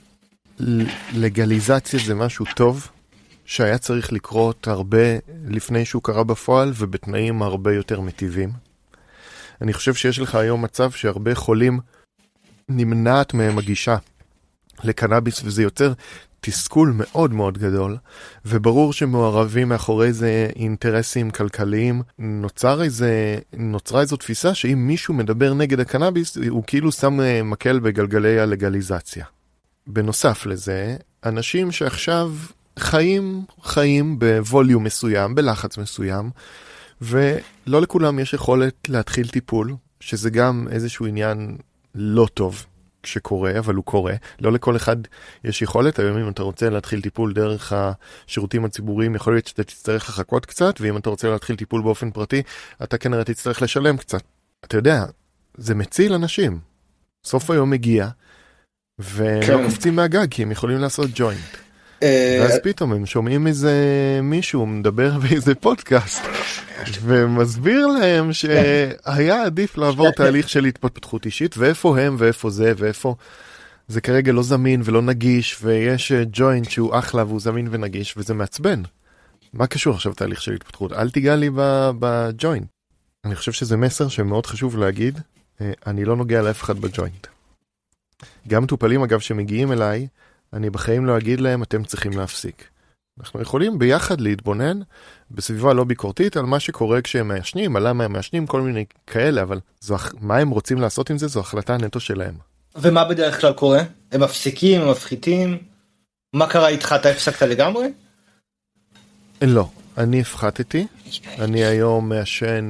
לגליזציה זה משהו טוב שהיה צריך לקרות הרבה לפני שהוא קרה בפועל ובתנאים הרבה יותר מטיבים. אני חושב שיש לך היום מצב שהרבה חולים נמנעת מהם הגישה לקנאביס, וזה יוצר תסכול מאוד מאוד גדול, וברור שמעורבים מאחורי זה אינטרסים כלכליים. נוצר איזה, נוצרה איזו תפיסה שאם מישהו מדבר נגד הקנאביס הוא כאילו שם מקל בגלגלי הלגליזציה. בנוסף לזה, אנשים שעכשיו חיים, חיים בווליום מסוים, בלחץ מסוים, ולא לכולם יש יכולת להתחיל טיפול, שזה גם איזשהו עניין לא טוב שקורה, אבל הוא קורה. לא לכל אחד יש יכולת. היום אם אתה רוצה להתחיל טיפול דרך השירותים הציבוריים, יכול להיות שאתה תצטרך לחכות קצת, ואם אתה רוצה להתחיל טיפול באופן פרטי, אתה כנראה תצטרך לשלם קצת. אתה יודע, זה מציל אנשים. סוף היום מגיע, ולא קופצים מהגג, כי הם יכולים לעשות ג'וינט. ואז פתאום הם שומעים איזה מישהו מדבר באיזה פודקאסט, ומסביר להם שהיה עדיף לעבור תהליך של התפתחות אישית, ואיפה הם ואיפה זה ואיפה זה כרגע לא זמין ולא נגיש, ויש ג'וינט שהוא אחלה והוא זמין ונגיש, וזה מעצבן. מה קשור עכשיו תהליך של התפתחות? אל תיגע לי בג'וינט. אני חושב שזה מסר שמאוד חשוב להגיד, אני לא נוגע לאף אחד בג'וינט. גם מטופלים אגב שמגיעים אליי, אני בחיים לא אגיד להם, אתם צריכים להפסיק. אנחנו יכולים ביחד להתבונן בסביבה לא ביקורתית על מה שקורה כשהם מעשנים, על למה הם מעשנים, כל מיני כאלה, אבל זו, מה הם רוצים לעשות עם זה, זו החלטה נטו שלהם. ומה בדרך כלל קורה? הם מפסיקים, הם מפחיתים? מה קרה איתך? אתה הפסקת לגמרי? לא, אני הפחתתי. אני היום מעשן...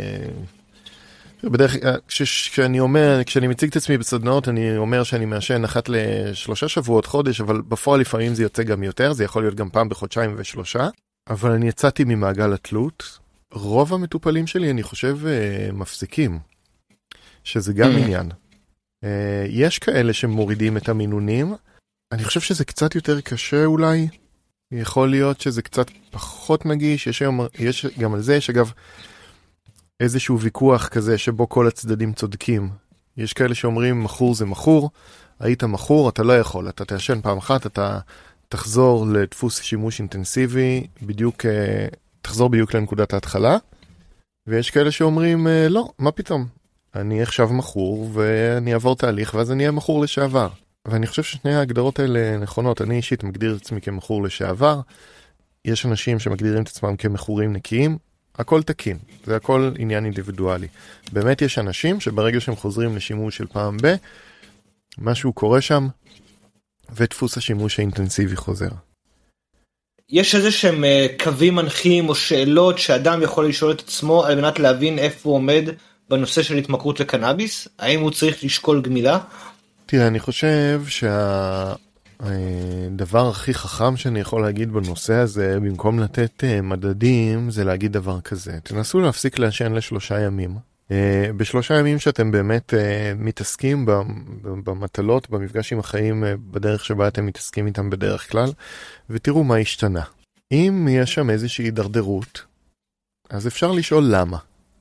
בדרך כלל, כשאני אומר, כשאני מציג את עצמי בסדנאות, אני אומר שאני מעשן אחת לשלושה שבועות, חודש, אבל בפועל לפעמים זה יוצא גם יותר, זה יכול להיות גם פעם בחודשיים ושלושה, אבל אני יצאתי ממעגל התלות. רוב המטופלים שלי, אני חושב, מפסיקים, שזה גם עניין. יש כאלה שמורידים את המינונים, אני חושב שזה קצת יותר קשה אולי, יכול להיות שזה קצת פחות נגיש, יש, היום, יש גם על זה, יש אגב, איזשהו ויכוח כזה שבו כל הצדדים צודקים. יש כאלה שאומרים מחור זה מחור, היית מחור, אתה לא יכול, אתה תעשן פעם אחת, אתה תחזור לדפוס שימוש אינטנסיבי, בדיוק, תחזור בדיוק לנקודת ההתחלה, ויש כאלה שאומרים לא, מה פתאום? אני עכשיו מחור ואני אעבור תהליך ואז אני אהיה מחור לשעבר. ואני חושב ששני ההגדרות האלה נכונות, אני אישית מגדיר את עצמי כמחור לשעבר, יש אנשים שמגדירים את עצמם כמחורים נקיים, הכל תקין, זה הכל עניין אינדיבידואלי. באמת יש אנשים שברגע שהם חוזרים לשימוש של פעם ב, משהו קורה שם, ודפוס השימוש האינטנסיבי חוזר. יש איזה שהם קווים מנחים או שאלות שאדם יכול לשאול את עצמו על מנת להבין איפה הוא עומד בנושא של התמכרות לקנאביס? האם הוא צריך לשקול גמילה? תראה, אני חושב שה... הדבר הכי חכם שאני יכול להגיד בנושא הזה, במקום לתת מדדים, זה להגיד דבר כזה. תנסו להפסיק לעשן לשלושה ימים. בשלושה ימים שאתם באמת מתעסקים במטלות, במפגש עם החיים, בדרך שבה אתם מתעסקים איתם בדרך כלל, ותראו מה השתנה. אם יש שם איזושהי הידרדרות, אז אפשר לשאול למה.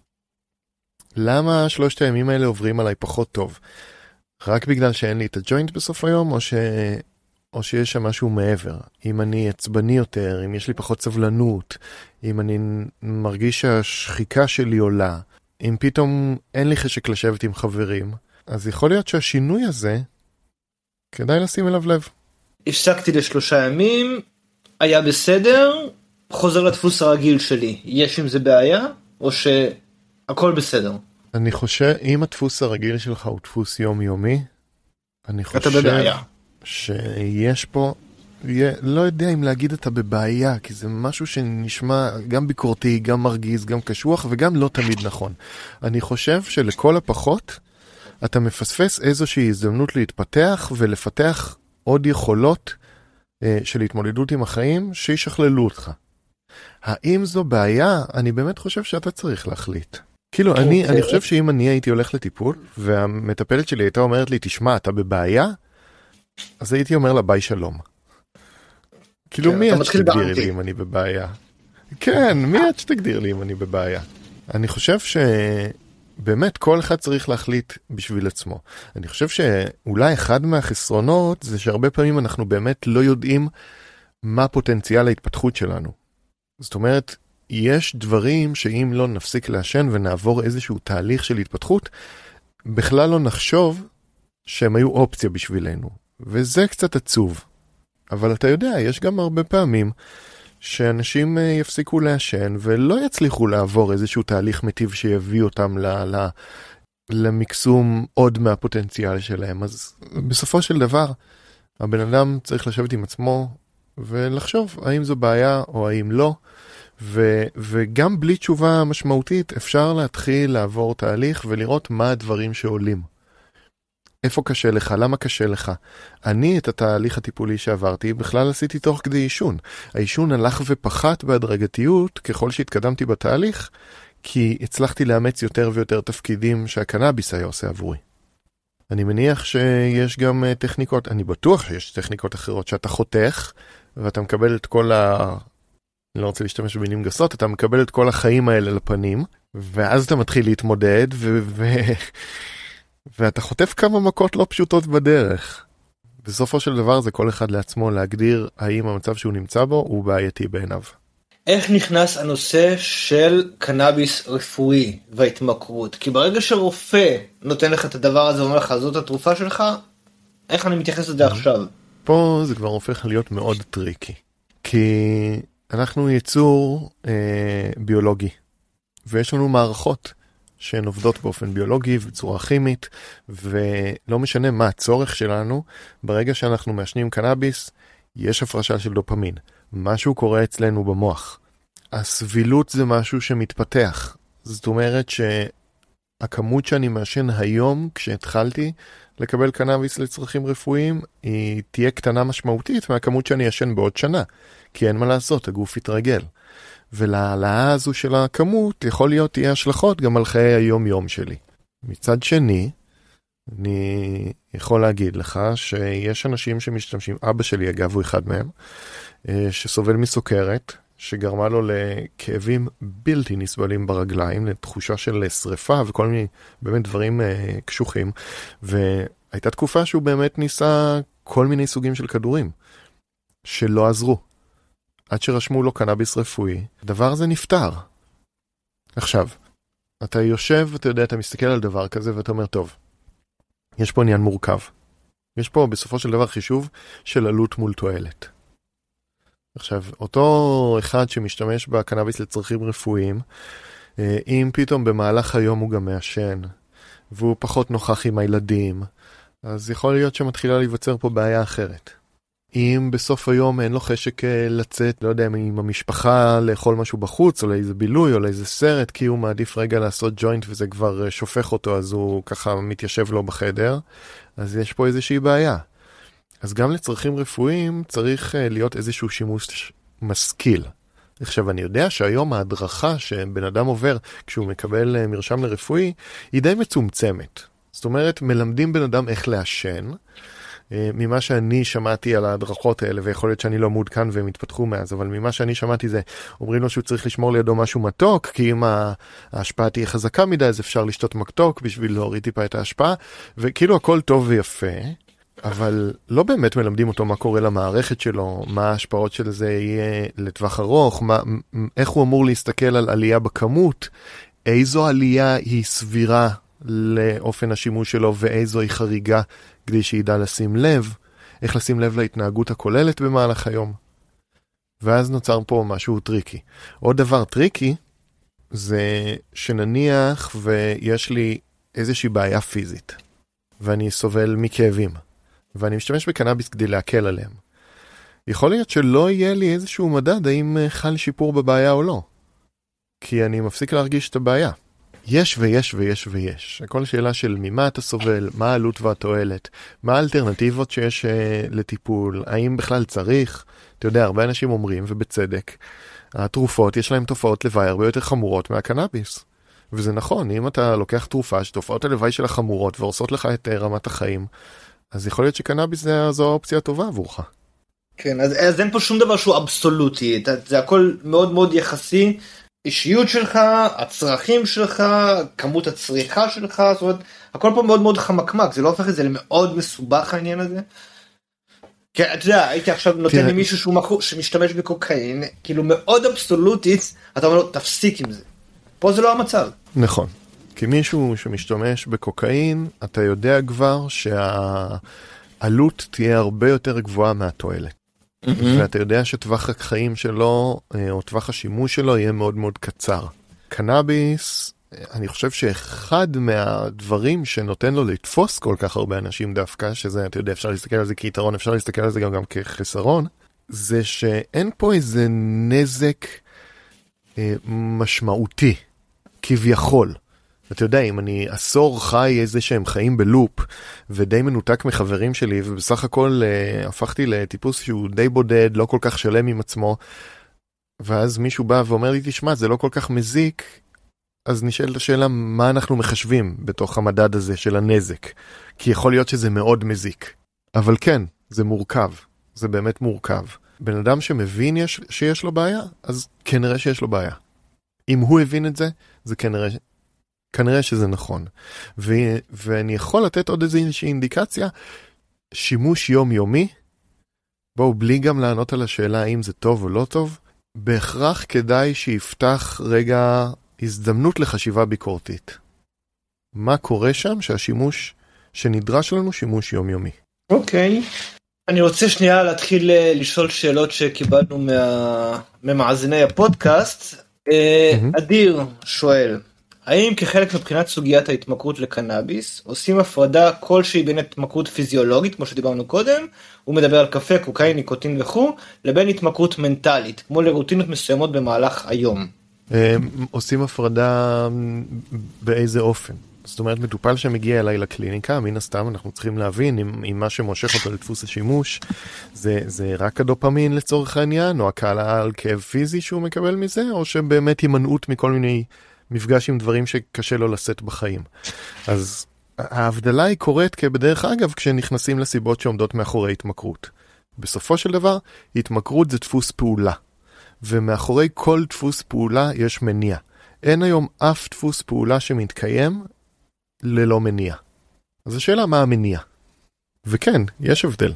למה שלושת הימים האלה עוברים עליי פחות טוב? רק בגלל שאין לי את הג'וינט בסוף היום, או ש... או שיש שם משהו מעבר. אם אני עצבני יותר, אם יש לי פחות סבלנות, אם אני מרגיש שהשחיקה שלי עולה, אם פתאום אין לי חשק לשבת עם חברים, אז יכול להיות שהשינוי הזה, כדאי לשים אליו לב. הפסקתי לשלושה ימים, היה בסדר, חוזר לדפוס הרגיל שלי. יש עם זה בעיה, או שהכל בסדר? אני חושב, אם הדפוס הרגיל שלך הוא דפוס יומיומי, אני חושב... אתה בבעיה. שיש פה, לא יודע אם להגיד אתה בבעיה, כי זה משהו שנשמע גם ביקורתי, גם מרגיז, גם קשוח, וגם לא תמיד נכון. אני חושב שלכל הפחות, אתה מפספס איזושהי הזדמנות להתפתח, ולפתח עוד יכולות אה, של התמודדות עם החיים, שישכללו אותך. האם זו בעיה? אני באמת חושב שאתה צריך להחליט. כאילו, okay. אני, אני חושב שאם אני הייתי הולך לטיפול, והמטפלת שלי הייתה אומרת לי, תשמע, אתה בבעיה? אז הייתי אומר לה, ביי שלום. כאילו, מי את שתגדיר לי אם אני בבעיה? כן, מי את שתגדיר לי אם אני בבעיה? אני חושב שבאמת כל אחד צריך להחליט בשביל עצמו. אני חושב שאולי אחד מהחסרונות זה שהרבה פעמים אנחנו באמת לא יודעים מה פוטנציאל ההתפתחות שלנו. זאת אומרת, יש דברים שאם לא נפסיק לעשן ונעבור איזשהו תהליך של התפתחות, בכלל לא נחשוב שהם היו אופציה בשבילנו. וזה קצת עצוב. אבל אתה יודע, יש גם הרבה פעמים שאנשים יפסיקו לעשן ולא יצליחו לעבור איזשהו תהליך מטיב שיביא אותם ל- ל- למקסום עוד מהפוטנציאל שלהם. אז בסופו של דבר, הבן אדם צריך לשבת עם עצמו ולחשוב האם זו בעיה או האם לא, ו, וגם בלי תשובה משמעותית אפשר להתחיל לעבור תהליך ולראות מה הדברים שעולים. איפה קשה לך? למה קשה לך? אני את התהליך הטיפולי שעברתי בכלל עשיתי תוך כדי עישון. העישון הלך ופחת בהדרגתיות ככל שהתקדמתי בתהליך, כי הצלחתי לאמץ יותר ויותר תפקידים שהקנאביס היה עושה עבורי. אני מניח שיש גם טכניקות, אני בטוח שיש טכניקות אחרות שאתה חותך, ואתה מקבל את כל ה... אני לא רוצה להשתמש במילים גסות, אתה מקבל את כל החיים האלה לפנים, ואז אתה מתחיל להתמודד, ו... ו... ואתה חוטף כמה מכות לא פשוטות בדרך. בסופו של דבר זה כל אחד לעצמו להגדיר האם המצב שהוא נמצא בו הוא בעייתי בעיניו. איך נכנס הנושא של קנאביס רפואי וההתמכרות? כי ברגע שרופא נותן לך את הדבר הזה ואומר לך, זאת התרופה שלך, איך אני מתייחס לזה עכשיו? פה זה כבר הופך להיות מאוד טריקי. כי אנחנו יצור אה, ביולוגי, ויש לנו מערכות שהן עובדות באופן ביולוגי ובצורה כימית, ולא משנה מה הצורך שלנו, ברגע שאנחנו מעשנים קנאביס, יש הפרשה של דופמין. משהו קורה אצלנו במוח. הסבילות זה משהו שמתפתח. זאת אומרת שהכמות שאני מעשן היום, כשהתחלתי לקבל קנאביס לצרכים רפואיים, היא תהיה קטנה משמעותית מהכמות שאני אשן בעוד שנה. כי אין מה לעשות, הגוף יתרגל. ולהעלאה הזו של הכמות יכול להיות תהיה השלכות גם על חיי היום-יום שלי. מצד שני, אני יכול להגיד לך שיש אנשים שמשתמשים, אבא שלי אגב הוא אחד מהם, שסובל מסוכרת, שגרמה לו לכאבים בלתי נסבלים ברגליים, לתחושה של שריפה וכל מיני באמת דברים קשוחים, והייתה תקופה שהוא באמת ניסה כל מיני סוגים של כדורים, שלא עזרו. עד שרשמו לו קנאביס רפואי, הדבר הזה נפטר. עכשיו, אתה יושב, אתה יודע, אתה מסתכל על דבר כזה ואתה אומר, טוב, יש פה עניין מורכב. יש פה בסופו של דבר חישוב של עלות מול תועלת. עכשיו, אותו אחד שמשתמש בקנאביס לצרכים רפואיים, אם פתאום במהלך היום הוא גם מעשן, והוא פחות נוכח עם הילדים, אז יכול להיות שמתחילה להיווצר פה בעיה אחרת. אם בסוף היום אין לו חשק לצאת, לא יודע, עם המשפחה לאכול משהו בחוץ, או לאיזה בילוי, או לאיזה סרט, כי הוא מעדיף רגע לעשות ג'וינט וזה כבר שופך אותו, אז הוא ככה מתיישב לו בחדר, אז יש פה איזושהי בעיה. אז גם לצרכים רפואיים צריך להיות איזשהו שימוש משכיל. עכשיו, אני יודע שהיום ההדרכה שבן אדם עובר כשהוא מקבל מרשם לרפואי, היא די מצומצמת. זאת אומרת, מלמדים בן אדם איך לעשן, ממה שאני שמעתי על ההדרכות האלה, ויכול להיות שאני לא מעודכן והם התפתחו מאז, אבל ממה שאני שמעתי זה, אומרים לו שהוא צריך לשמור לידו משהו מתוק, כי אם ההשפעה תהיה חזקה מדי, אז אפשר לשתות מתוק בשביל להוריד טיפה את ההשפעה, וכאילו הכל טוב ויפה, אבל לא באמת מלמדים אותו מה קורה למערכת שלו, מה ההשפעות של זה יהיה לטווח ארוך, מה, איך הוא אמור להסתכל על עלייה בכמות, איזו עלייה היא סבירה לאופן השימוש שלו, ואיזו היא חריגה כדי שידע לשים לב, איך לשים לב להתנהגות הכוללת במהלך היום. ואז נוצר פה משהו טריקי. עוד דבר טריקי, זה שנניח ויש לי איזושהי בעיה פיזית, ואני סובל מכאבים, ואני משתמש בקנאביס כדי להקל עליהם. יכול להיות שלא יהיה לי איזשהו מדד האם חל שיפור בבעיה או לא, כי אני מפסיק להרגיש את הבעיה. יש ויש ויש ויש. הכל שאלה של ממה אתה סובל, מה העלות והתועלת, מה האלטרנטיבות שיש uh, לטיפול, האם בכלל צריך. אתה יודע, הרבה אנשים אומרים, ובצדק, התרופות יש להם תופעות לוואי הרבה יותר חמורות מהקנאביס. וזה נכון, אם אתה לוקח תרופה שתופעות הלוואי שלה חמורות ועושות לך את uh, רמת החיים, אז יכול להיות שקנאביס זה, זו האופציה הטובה עבורך. כן, אז, אז אין פה שום דבר שהוא אבסולוטי, זה הכל מאוד מאוד יחסי, אישיות שלך, הצרכים שלך, כמות הצריכה שלך, זאת אומרת, הכל פה מאוד מאוד חמקמק, זה לא הופך את זה למאוד מסובך העניין הזה. כי אתה יודע, הייתי עכשיו נותן לי מישהו שהוא מחור, שמשתמש בקוקאין, כאילו מאוד אבסולוטית, אתה אומר לו, תפסיק עם זה. פה זה לא המצב. נכון. כי מישהו שמשתמש בקוקאין, אתה יודע כבר שהעלות תהיה הרבה יותר גבוהה מהתועלת. ואתה יודע שטווח החיים שלו, או טווח השימוש שלו, יהיה מאוד מאוד קצר. קנאביס, אני חושב שאחד מהדברים שנותן לו לתפוס כל כך הרבה אנשים דווקא, שזה, אתה יודע, אפשר להסתכל על זה כיתרון, אפשר להסתכל על זה גם, גם כחסרון, זה שאין פה איזה נזק משמעותי, כביכול. אתה יודע, אם אני עשור חי איזה שהם חיים בלופ, ודי מנותק מחברים שלי, ובסך הכל uh, הפכתי לטיפוס שהוא די בודד, לא כל כך שלם עם עצמו, ואז מישהו בא ואומר לי, תשמע, זה לא כל כך מזיק, אז נשאלת השאלה, מה אנחנו מחשבים בתוך המדד הזה של הנזק? כי יכול להיות שזה מאוד מזיק. אבל כן, זה מורכב. זה באמת מורכב. בן אדם שמבין יש, שיש לו בעיה, אז כנראה שיש לו בעיה. אם הוא הבין את זה, זה כנראה, כנראה שזה נכון. ו, ואני יכול לתת עוד איזושהי אינדיקציה, שימוש יומיומי, בואו, בלי גם לענות על השאלה האם זה טוב או לא טוב, בהכרח כדאי שיפתח רגע הזדמנות לחשיבה ביקורתית. מה קורה שם שהשימוש שנדרש לנו שימוש יומיומי? אוקיי. אני רוצה שנייה להתחיל לשאול שאלות שקיבלנו מה... ממאזיני הפודקאסט. אדיר שואל, האם כחלק מבחינת סוגיית ההתמכרות לקנאביס, עושים הפרדה כלשהי בין התמכרות פיזיולוגית, כמו שדיברנו קודם, הוא מדבר על קפה, קוקאין, ניקוטין וכו', לבין התמכרות מנטלית, כמו לרוטינות מסוימות במהלך היום? עושים הפרדה באיזה אופן? זאת אומרת, מטופל שמגיע אליי לקליניקה, מן הסתם אנחנו צריכים להבין אם, אם מה שמושך אותו לדפוס השימוש, זה, זה רק הדופמין לצורך העניין, או הקהלה על כאב פיזי שהוא מקבל מזה, או שבאמת הימנעות מכל מיני מפגש עם דברים שקשה לו לשאת בחיים. אז ההבדלה היא קורית כבדרך אגב כשנכנסים לסיבות שעומדות מאחורי התמכרות. בסופו של דבר, התמכרות זה דפוס פעולה. ומאחורי כל דפוס פעולה יש מניע. אין היום אף דפוס פעולה שמתקיים ללא מניע. אז השאלה מה המניע. וכן, יש הבדל.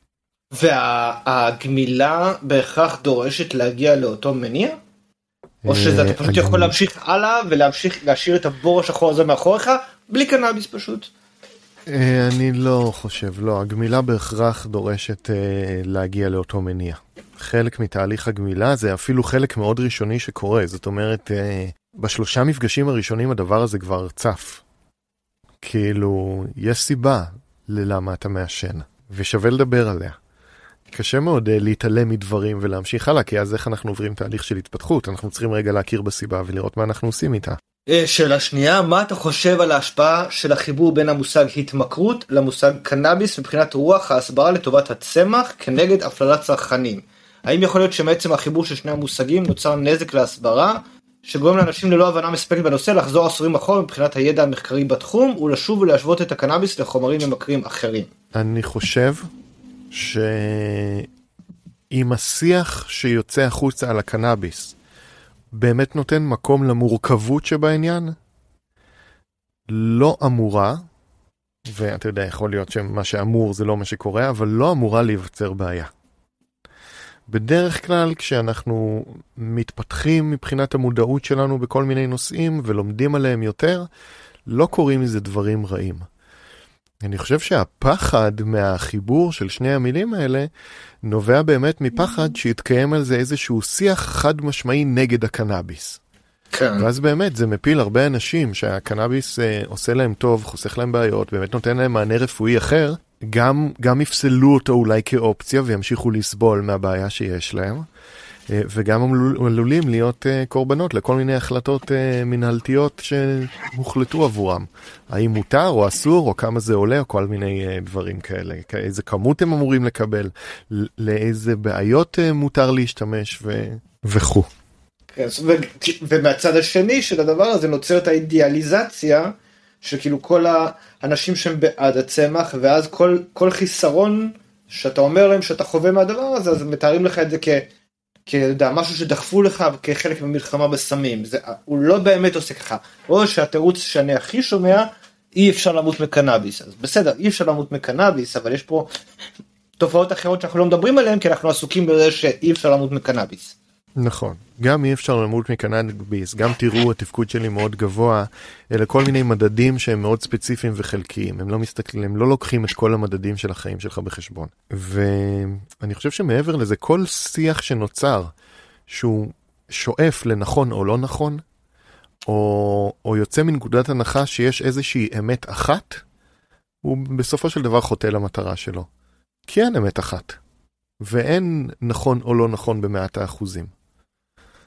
והגמילה בהכרח דורשת להגיע לאותו מניע? או שזה אתה פשוט יכול להמשיך הלאה ולהמשיך להשאיר את הבור השחור הזה מאחוריך בלי קנאביס פשוט? אני לא חושב, לא. הגמילה בהכרח דורשת להגיע לאותו מניע. חלק מתהליך הגמילה זה אפילו חלק מאוד ראשוני שקורה. זאת אומרת, בשלושה מפגשים הראשונים הדבר הזה כבר צף. כאילו, יש סיבה ללמה אתה מעשן, ושווה לדבר עליה. קשה מאוד להתעלם מדברים ולהמשיך הלאה, כי אז איך אנחנו עוברים תהליך של התפתחות, אנחנו צריכים רגע להכיר בסיבה ולראות מה אנחנו עושים איתה. שאלה שנייה, מה אתה חושב על ההשפעה של החיבור בין המושג התמכרות למושג קנאביס מבחינת רוח ההסברה לטובת הצמח כנגד הפללת צרכנים? האם יכול להיות שמעצם החיבור של שני המושגים נוצר נזק להסברה, שגורם לאנשים ללא הבנה מספקת בנושא לחזור עשורים אחורה מבחינת הידע המחקרי בתחום, ולשוב ולהשוות את הקנאביס לחומרים ממכרים אחרים? אני חושב שאם השיח שיוצא החוצה על הקנאביס באמת נותן מקום למורכבות שבעניין, לא אמורה, ואתה יודע, יכול להיות שמה שאמור זה לא מה שקורה, אבל לא אמורה להיווצר בעיה. בדרך כלל כשאנחנו מתפתחים מבחינת המודעות שלנו בכל מיני נושאים ולומדים עליהם יותר, לא קוראים מזה דברים רעים. אני חושב שהפחד מהחיבור של שני המילים האלה נובע באמת מפחד שיתקיים על זה איזשהו שיח חד משמעי נגד הקנאביס. כן. ואז באמת זה מפיל הרבה אנשים שהקנאביס אה, עושה להם טוב, חוסך להם בעיות, באמת נותן להם מענה רפואי אחר, גם, גם יפסלו אותו אולי כאופציה וימשיכו לסבול מהבעיה שיש להם, אה, וגם עלולים להיות אה, קורבנות לכל מיני החלטות אה, מנהלתיות שהוחלטו עבורם. האם מותר או אסור או כמה זה עולה או כל מיני אה, דברים כאלה. איזה כמות הם אמורים לקבל, לאיזה בעיות אה, מותר להשתמש ו... וכו'. ומהצד השני של הדבר הזה נוצרת האידיאליזציה שכאילו כל האנשים שהם בעד הצמח, ואז כל, כל חיסרון שאתה אומר להם שאתה חווה מהדבר הזה, אז מתארים לך את זה כ, כדע, משהו שדחפו לך כחלק ממלחמה בסמים. זה, הוא לא באמת עושה ככה. או שהתירוץ שאני הכי שומע, אי אפשר למות מקנאביס. אז בסדר, אי אפשר למות מקנאביס, אבל יש פה תופעות אחרות שאנחנו לא מדברים עליהן, כי אנחנו עסוקים בזה שאי אפשר למות מקנאביס. נכון, גם אי אפשר למות מקנאביס, גם תראו התפקוד שלי מאוד גבוה, אלה כל מיני מדדים שהם מאוד ספציפיים וחלקיים, הם לא מסתכלים, הם לא לוקחים את כל המדדים של החיים שלך בחשבון. ואני חושב שמעבר לזה, כל שיח שנוצר, שהוא שואף לנכון או לא נכון, או, או יוצא מנקודת הנחה שיש איזושהי אמת אחת, הוא בסופו של דבר חוטא למטרה שלו. כי אין אמת אחת, ואין נכון או לא נכון במאת האחוזים.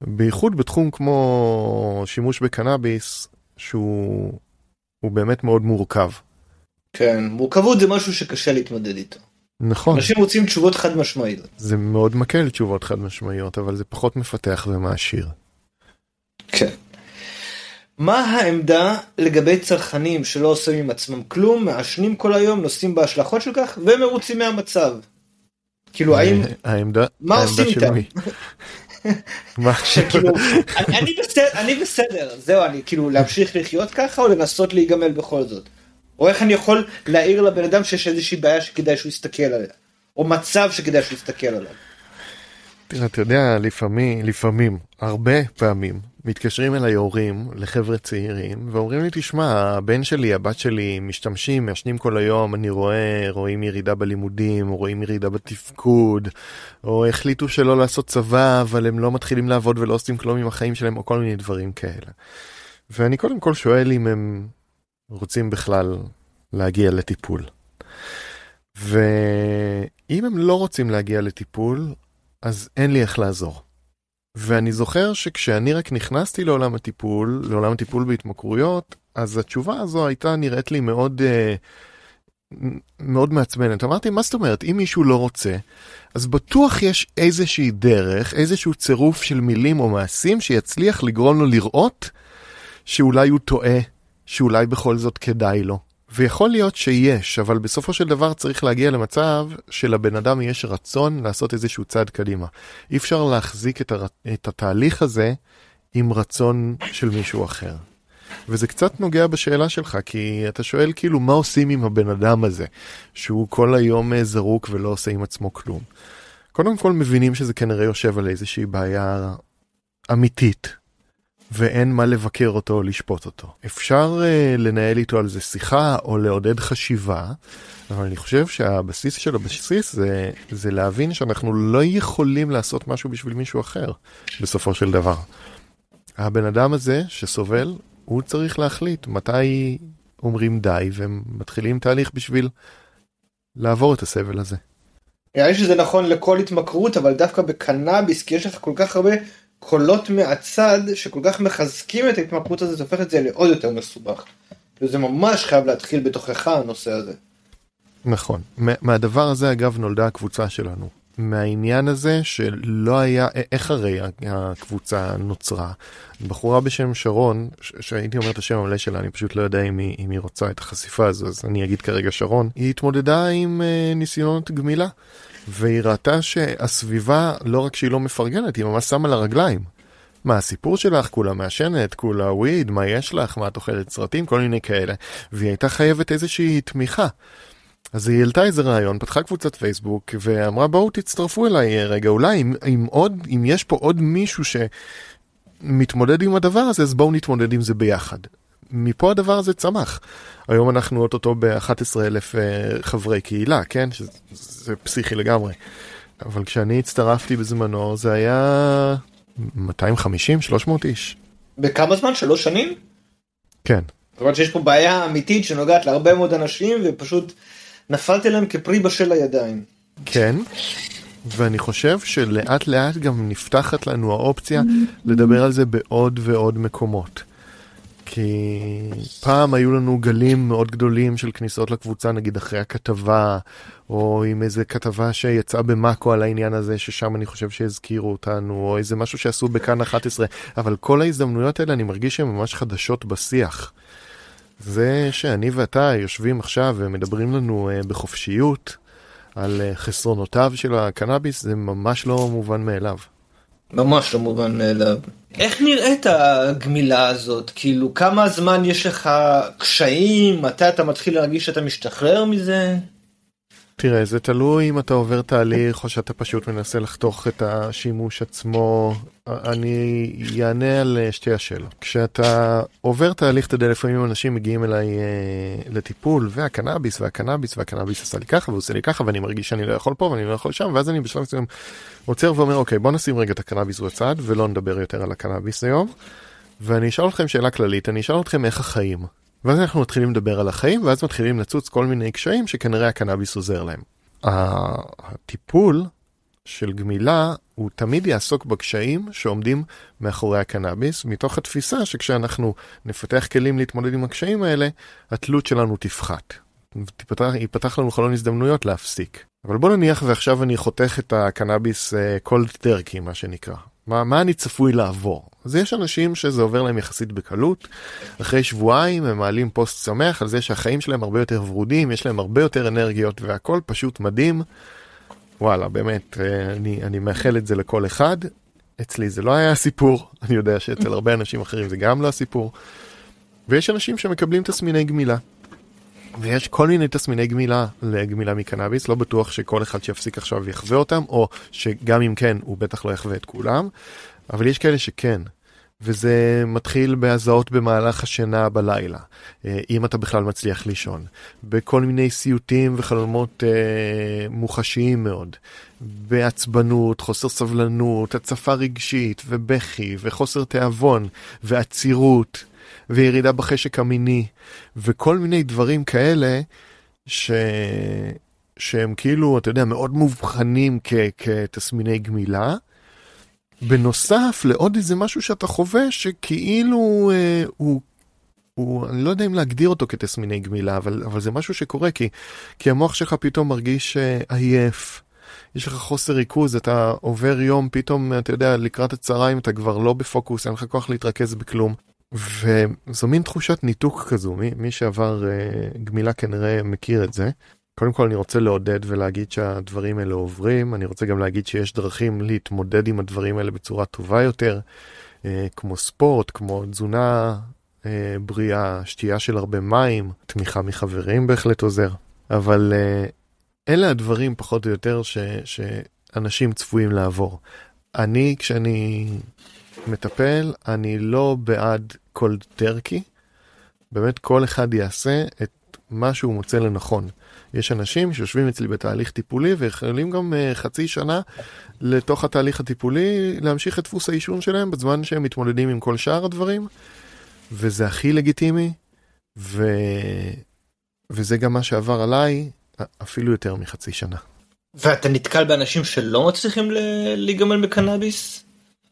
בייחוד בתחום כמו שימוש בקנאביס, שהוא הוא באמת מאוד מורכב. כן, מורכבות זה משהו שקשה להתמודד איתו. נכון. אנשים רוצים תשובות חד משמעיות. זה מאוד מקל תשובות חד משמעיות, אבל זה פחות מפתח ומעשיר. כן. מה העמדה לגבי צרכנים שלא עושים עם עצמם כלום, מעשנים כל היום, נושאים בהשלכות של כך, ומרוצים מהמצב? כאילו, האם... העמדה, מה עושים איתם? מה? שכאילו, אני בסדר, אני בסדר, זהו, אני כאילו להמשיך לחיות ככה, או לנסות להיגמל בכל זאת? או איך אני יכול להעיר לבן אדם שיש איזושהי בעיה שכדאי שהוא יסתכל עליה? או מצב שכדאי שהוא יסתכל עליו? תראה, אתה יודע, לפעמים, לפעמים, הרבה פעמים, מתקשרים אליי הורים לחבר'ה צעירים, ואומרים לי, תשמע, הבן שלי, הבת שלי, משתמשים, מעשנים כל היום, אני רואה, רואים ירידה בלימודים, רואים ירידה בתפקוד, או החליטו שלא לעשות צבא, אבל הם לא מתחילים לעבוד ולא עושים כלום עם החיים שלהם, או כל מיני דברים כאלה. ואני קודם כל שואל אם הם רוצים בכלל להגיע לטיפול. ואם הם לא רוצים להגיע לטיפול, אז אין לי איך לעזור. ואני זוכר שכשאני רק נכנסתי לעולם הטיפול, לעולם הטיפול בהתמכרויות, אז התשובה הזו הייתה נראית לי מאוד, מאוד מעצבנת. אמרתי, מה זאת אומרת? אם מישהו לא רוצה, אז בטוח יש איזושהי דרך, איזשהו צירוף של מילים או מעשים שיצליח לגרום לו לראות שאולי הוא טועה, שאולי בכל זאת כדאי לו. ויכול להיות שיש, אבל בסופו של דבר צריך להגיע למצב שלבן אדם יש רצון לעשות איזשהו צעד קדימה. אי אפשר להחזיק את, הר... את התהליך הזה עם רצון של מישהו אחר. וזה קצת נוגע בשאלה שלך, כי אתה שואל כאילו מה עושים עם הבן אדם הזה, שהוא כל היום זרוק ולא עושה עם עצמו כלום. קודם כל מבינים שזה כנראה יושב על איזושהי בעיה אמיתית, ואין מה לבקר אותו או לשפוט אותו. אפשר uh, לנהל איתו על זה שיחה או לעודד חשיבה, אבל אני חושב שהבסיס של הבסיס זה, זה להבין שאנחנו לא יכולים לעשות משהו בשביל מישהו אחר, בסופו של דבר. הבן אדם הזה שסובל, הוא צריך להחליט מתי אומרים די, והם מתחילים תהליך בשביל לעבור את הסבל הזה. נראה לי שזה נכון לכל התמכרות, אבל דווקא בקנאביס, כי יש לך כל כך הרבה קולות מהצד שכל כך מחזקים את ההתמכרות הזאת, זה הופך את זה לעוד יותר מסובך. זה ממש חייב להתחיל בתוכך הנושא הזה. נכון. מהדבר הזה אגב נולדה הקבוצה שלנו. מהעניין הזה שלא היה, איך הרי הקבוצה נוצרה. בחורה בשם שרון, שהייתי אומר את השם המלא שלה, אני פשוט לא יודע אם היא, אם היא רוצה את החשיפה הזו, אז אני אגיד כרגע שרון. היא התמודדה עם ניסיונות גמילה. והיא ראתה שהסביבה, לא רק שהיא לא מפרגנת, היא ממש שמה לרגליים. מה הסיפור שלך? כולה מעשנת, כולה וויד, מה יש לך? מה את אוכלת סרטים? כל מיני כאלה. והיא הייתה חייבת איזושהי תמיכה. אז היא העלתה איזה רעיון, פתחה קבוצת פייסבוק, ואמרה בואו תצטרפו אליי רגע, אולי אם, אם, עוד, אם יש פה עוד מישהו שמתמודד עם הדבר הזה, אז בואו נתמודד עם זה ביחד. מפה הדבר הזה צמח. היום אנחנו אוטוטו ב-אחד עשר אלף חברי קהילה, כן? שזה פסיכי לגמרי. אבל כשאני הצטרפתי בזמנו, זה היה מאתיים וחמישים שלוש מאות איש. בכמה זמן? שלוש שנים? כן. זאת אומרת שיש פה בעיה אמיתית שנוגעת להרבה מאוד אנשים, ופשוט נפלתי להם כפרי בשל הידיים. כן. ואני חושב שלאט לאט גם נפתחת לנו האופציה לדבר על זה בעוד ועוד מקומות. כי פעם היו לנו גלים מאוד גדולים של כניסות לקבוצה, נגיד אחרי הכתבה, או עם איזה כתבה שיצאה במאקו על העניין הזה, ששם אני חושב שהזכירו אותנו, או איזה משהו שעשו בכאן אחת עשרה, אבל כל ההזדמנויות האלה אני מרגיש שהן ממש חדשות בשיח. זה שאני ואתה יושבים עכשיו ומדברים לנו בחופשיות על חסרונותיו של הקנאביס, זה ממש לא מובן מאליו. ממש לא מובן מאליו. איך נראית הגמילה הזאת? כאילו, כמה זמן יש לך קשיים? מתי אתה מתחיל להרגיש שאתה משתחרר מזה? תראה, זה תלוי אם אתה עובר תהליך או שאתה פשוט מנסה לחתוך את השימוש עצמו. אני יענה על שתי השאלות. כשאתה עובר תהליך, אתה יודע, לפעמים אנשים מגיעים אליי אה, לטיפול, והקנאביס, והקנאביס, והקנאביס עשה לי ככה, ועושה לי ככה, ואני מרגיש שאני לא יכול פה, ואני לא יכול שם, ואז אני בשלב מסוים עוצר ואומר, אוקיי, בוא נשים רגע את הקנאביס בצד, ולא נדבר יותר על הקנאביס היום. ואני אשאל אתכם שאלה כללית, אני אשאל אתכם איך החיים. ואז אנחנו מתחילים לדבר על החיים, ואז מתחילים לצוץ כל מיני קשיים שכנראה הקנאביס עוזר להם. הטיפול של גמילה, הוא תמיד יעסוק בקשיים שעומדים מאחורי הקנאביס, מתוך התפיסה שכשאנחנו נפתח כלים להתמודד עם הקשיים האלה, התלות שלנו תפחת. ייפתח לנו חלון הזדמנויות להפסיק. אבל בוא נניח ועכשיו אני חותך את הקנאביס קולד טרקי, מה שנקרא. מה, מה אני צפוי לעבור? אז יש אנשים שזה עובר להם יחסית בקלות. אחרי שבועיים הם מעלים פוסט שמח על זה שהחיים שלהם הרבה יותר ורודים, יש להם הרבה יותר אנרגיות והכל פשוט מדהים. וואלה, באמת, אני, אני מאחל את זה לכל אחד. אצלי זה לא היה הסיפור. אני יודע שאצל הרבה אנשים אחרים זה גם לא הסיפור. ויש אנשים שמקבלים תסמיני גמילה. ויש כל מיני תסמיני גמילה לגמילה מקנאביס, לא בטוח שכל אחד שיפסיק עכשיו יחווה אותם, או שגם אם כן, הוא בטח לא יחווה את כולם, אבל יש כאלה שכן, וזה מתחיל בהזעות במהלך השינה בלילה, אם אתה בכלל מצליח לישון, בכל מיני סיוטים וחלומות אה, מוחשיים מאוד, בעצבנות, חוסר סבלנות, הצפה רגשית, ובכי, וחוסר תיאבון, ועצירות, וירידה בחשק המיני, וכל מיני דברים כאלה, ש... שהם כאילו, אתה יודע, מאוד מובחנים כ... כתסמיני גמילה, בנוסף לעוד איזה משהו שאתה חווה, שכאילו אה, הוא, הוא, אני לא יודע אם להגדיר אותו כתסמיני גמילה, אבל, אבל זה משהו שקורה, כי, כי המוח שלך פתאום מרגיש אה, עייף, יש לך חוסר ריכוז, אתה עובר יום, פתאום, אתה יודע, לקראת הצהריים, אתה כבר לא בפוקוס, אין לך כוח להתרכז בכלום, וזו מין תחושת ניתוק כזו, מי, מי שעבר uh, גמילה כנראה מכיר את זה. קודם כל אני רוצה לעודד ולהגיד שהדברים האלה עוברים, אני רוצה גם להגיד שיש דרכים להתמודד עם הדברים האלה בצורה טובה יותר, uh, כמו ספורט, כמו תזונה uh, בריאה, שתייה של הרבה מים, תמיכה מחברים בהחלט עוזר, אבל uh, אלה הדברים פחות או יותר ש, שאנשים צפויים לעבור. אני כשאני מטפל, אני לא בעד קולד טרקי, באמת כל אחד יעשה את מה שהוא מוצא לנכון. יש אנשים שיושבים אצלי בתהליך טיפולי ויכולים גם uh, חצי שנה לתוך התהליך הטיפולי להמשיך את דפוס האישון שלהם בזמן שהם מתמודדים עם כל שאר הדברים, וזה הכי לגיטימי, ו... וזה גם מה שעבר עליי אפילו יותר מחצי שנה. ואתה נתקל באנשים שלא מצליחים להיגמל בקנאביס?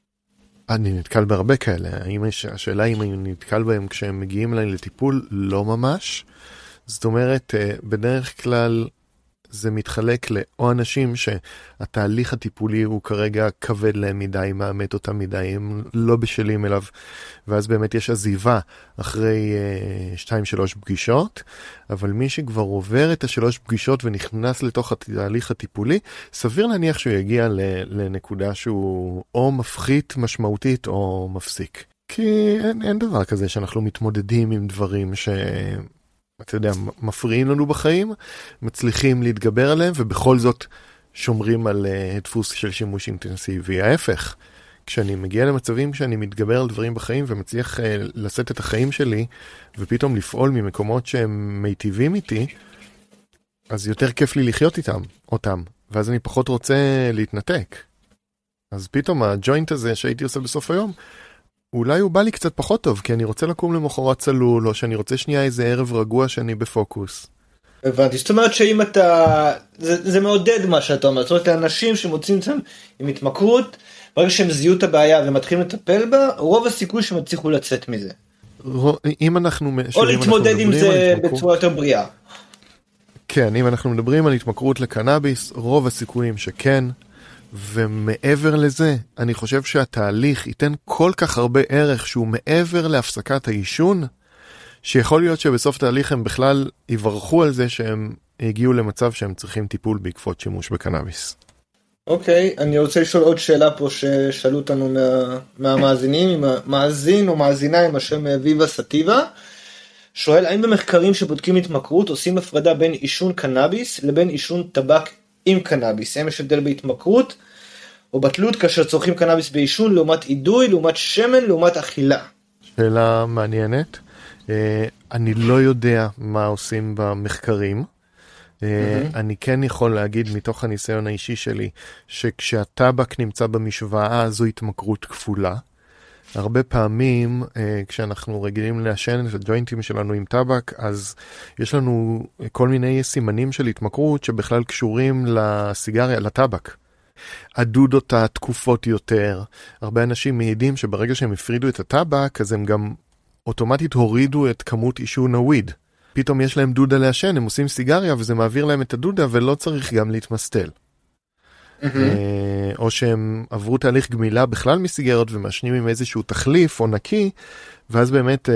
אני נתקל בהרבה כאלה. השאלה אם אני נתקל בהם כשהם מגיעים אליי לטיפול, לא ממש. זאת אומרת, בדרך כלל זה מתחלק לאו אנשים שהתהליך הטיפולי הוא כרגע כבד להם מדי, מאמת אותם מדי, הם לא בשלים אליו, ואז באמת יש עזיבה אחרי שתיים שלוש פגישות, אבל מי שכבר עובר את השלוש פגישות ונכנס לתוך התהליך הטיפולי, סביר להניח שהוא יגיע לנקודה שהוא או מפחית משמעותית או מפסיק. כי אין, אין דבר כזה שאנחנו מתמודדים עם דברים ש... אתה יודע, מפריעים לנו בחיים, מצליחים להתגבר עליהם, ובכל זאת שומרים על uh, דפוס של שימוש אינטנסיבי. ההפך, כשאני מגיע למצבים כשאני מתגבר על דברים בחיים, ומצליח uh, לשאת את החיים שלי, ופתאום לפעול ממקומות שהם מיטיבים איתי, אז יותר כיף לי לחיות איתם, אותם, ואז אני פחות רוצה להתנתק. אז פתאום הג'וינט הזה שהייתי עושה בסוף היום, אולי הוא בא לי קצת פחות טוב, כי אני רוצה לקום למחרת צלול, או שאני רוצה שנייה איזה ערב רגוע שאני בפוקוס. הבנתי, זאת אומרת שאם אתה, זה, זה מעודד מה שאתה אומר, זאת אומרת לאנשים שמוצאים אותם עם התמכרות, ברגע שהם זיהו את הבעיה ומתחילים לטפל בה, רוב הסיכוי שהם יצליחו לצאת מזה. אם אנחנו... או להתמודד עם זה בצורה יותר בריאה. כן, אם אנחנו מדברים על התמכרות לקנאביס, רוב הסיכויים שכן, ומעבר לזה, אני חושב שהתהליך ייתן כל כך הרבה ערך שהוא מעבר להפסקת האישון, שיכול להיות שבסוף תהליך הם בכלל יברכו על זה שהם הגיעו למצב שהם צריכים טיפול בעקבות שימוש בקנאביס. אוקיי, okay, אני רוצה לשאול עוד שאלה פה ששאלו אותנו מה, מהמאזינים, מאזין או מאזינה עם השם ויבה סטיבה, שואל, האם במחקרים שבודקים התמכרות עושים הפרדה בין אישון קנאביס לבין אישון טבק עם קנאביס? האם יש הבדל בהתמכרות או בתלות כאשר צורכים קנאביס באישון לעומת עידוי, לעומת שמן, לעומת אכילה? שאלה מעניינת. אני לא יודע מה עושים במחקרים. אני כן יכול להגיד מתוך הניסיון האישי שלי, שכשהטבק נמצא במשוואה, זו התמכרות כפולה. הרבה פעמים, כשאנחנו רגילים לעשן את הג'וינטים שלנו עם טבק, אז יש לנו כל מיני סימנים של התמכרות שבכלל קשורים לסיגריה, לטבק. הדודות התקופות יותר. הרבה אנשים מעידים שברגע שהם הפרידו את הטבק, אז הם גם אוטומטית הורידו את כמות עישון הוויד. פתאום יש להם דודה לעשן, הם עושים סיגריה וזה מעביר להם את הדודה ולא צריך גם להתמסטל. או שהם עברו תהליך גמילה בכלל מסיגריות ומעשנים עם איזשהו תחליף או נקי, ואז באמת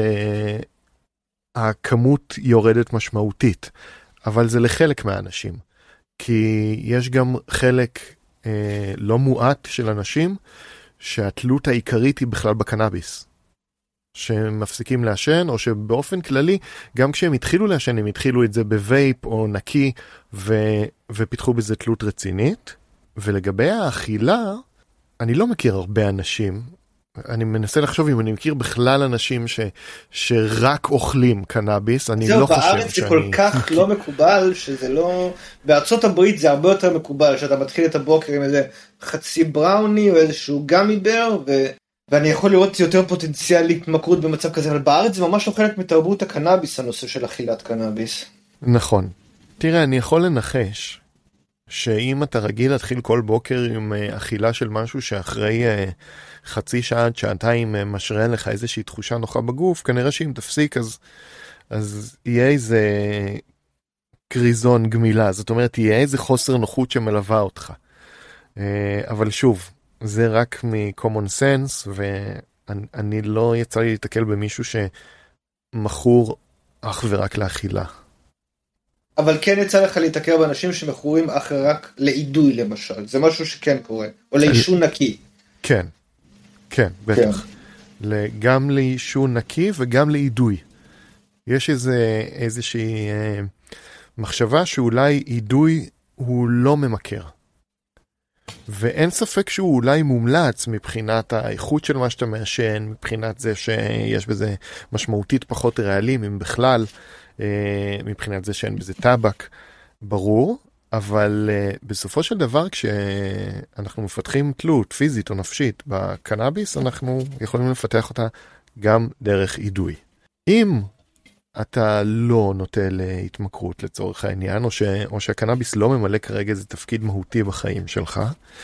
הכמות יורדת משמעותית. אבל זה לחלק מהאנשים. כי יש גם חלק לא מועט של אנשים שהתלות העיקרית היא בכלל בקנאביס. שהם מפסיקים לעשן, או שבאופן כללי, גם כשהם התחילו לעשן, הם התחילו את זה בווייפ או נקי, ו- ופיתחו בזה תלות רצינית. ולגבי האכילה, אני לא מכיר הרבה אנשים, אני מנסה לחשוב אם אני מכיר בכלל אנשים ש- שרק אוכלים קנאביס, אני לא חושב שאני... בארץ זה כל כך לא מקובל, שזה לא... בארצות הברית זה הרבה יותר מקובל, שאתה מתחיל את הבוקר עם איזה חצי בראוני, או איזשהו גמי בר, ו... ואני יכול לראות יותר פוטנציאל להתמכרות במצב כזה, אבל בארץ זה ממש לא חלק מתרבות הקנאביס, הנושא של אכילת קנאביס. נכון. תראה, אני יכול לנחש שאם אתה רגיל להתחיל כל בוקר עם אכילה של משהו שאחרי חצי שעה עד שעתיים משרה לך איזושהי תחושה נוחה בגוף, כנראה שאם תפסיק אז, אז יהיה איזה קריזון גמילה, זאת אומרת, יהיה איזה חוסר נוחות שמלווה אותך. אבל שוב, זה רק מ-common sense, ואני לא יצא לי להתקל במישהו שמכור אך ורק לאכילה. אבל כן יצא לך להתקל באנשים שמכורים אך ורק לאידוי למשל, זה משהו שכן קורה, או לאישון נקי. כן, כן, בטח. גם לאישון נקי וגם לאידוי. יש איזה, איזושהי אה, מחשבה שאולי אידוי הוא לא ממכר. ואין ספק שהוא אולי מומלץ מבחינת האיכות של מה שאתה מעשן, מבחינת זה שיש בזה משמעותית פחות רעלים, אם בכלל, מבחינת זה שאין בזה טבק, ברור, אבל בסופו של דבר כשאנחנו מפתחים תלות פיזית או נפשית בקנאביס, אנחנו יכולים לפתח אותה גם דרך אידוי. אם אתה לא נוטה להתמכרות לצורך העניין, או, ש, או שהקנאביס לא ממלא כרגע איזה תפקיד מהותי בחיים שלך,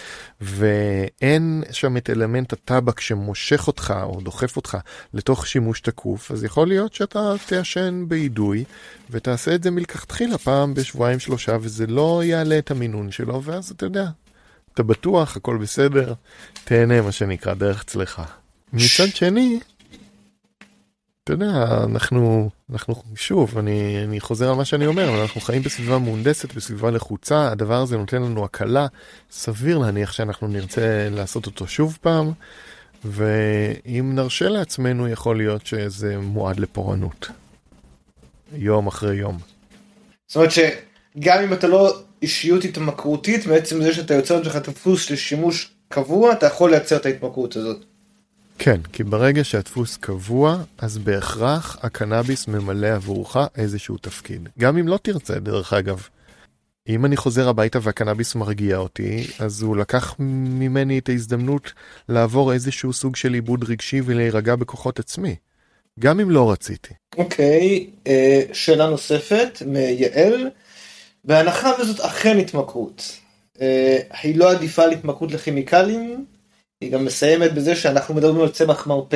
ואין שם את אלמנט הטבק שמושך אותך או דוחף אותך לתוך שימוש תקוף, אז יכול להיות שאתה תעשן באידוי, ותעשה את זה מלכתחילה פעם בשבועיים שלושה, וזה לא יעלה את המינון שלו, ואז אתה יודע, אתה בטוח, הכל בסדר, תהנה מה שנקרא דרך צלחה. מצד שני, אתה יודע, אנחנו, אנחנו, שוב, אני, אני חוזר על מה שאני אומר, אבל אנחנו חיים בסביבה מהונדסת, בסביבה לחוצה, הדבר הזה נותן לנו הקלה, סביר להניח שאנחנו נרצה לעשות אותו שוב פעם, ואם נרשה לעצמנו, יכול להיות שזה מועד לפורענות. יום אחרי יום. זאת אומרת שגם אם אתה לא אישיות התמכרותית, בעצם זה שאתה יוצר לך דפוס לשימוש קבוע, אתה יכול לייצר את ההתמכרות הזאת. כן, כי ברגע שהדפוס קבוע, אז בהכרח הקנאביס ממלא עבורך איזשהו תפקיד. גם אם לא תרצה, דרך אגב. אם אני חוזר הביתה והקנאביס מרגיע אותי, אז הוא לקח ממני את ההזדמנות לעבור איזשהו סוג של עיבוד רגשי ולהירגע בכוחות עצמי. גם אם לא רציתי. אוקיי, שאלה נוספת מיעל. בהנחה וזאת אכן התמכרות. היא לא עדיפה על התמכרות לכימיקלים, היא גם מסיימת בזה שאנחנו מדברים על צמח מרפא.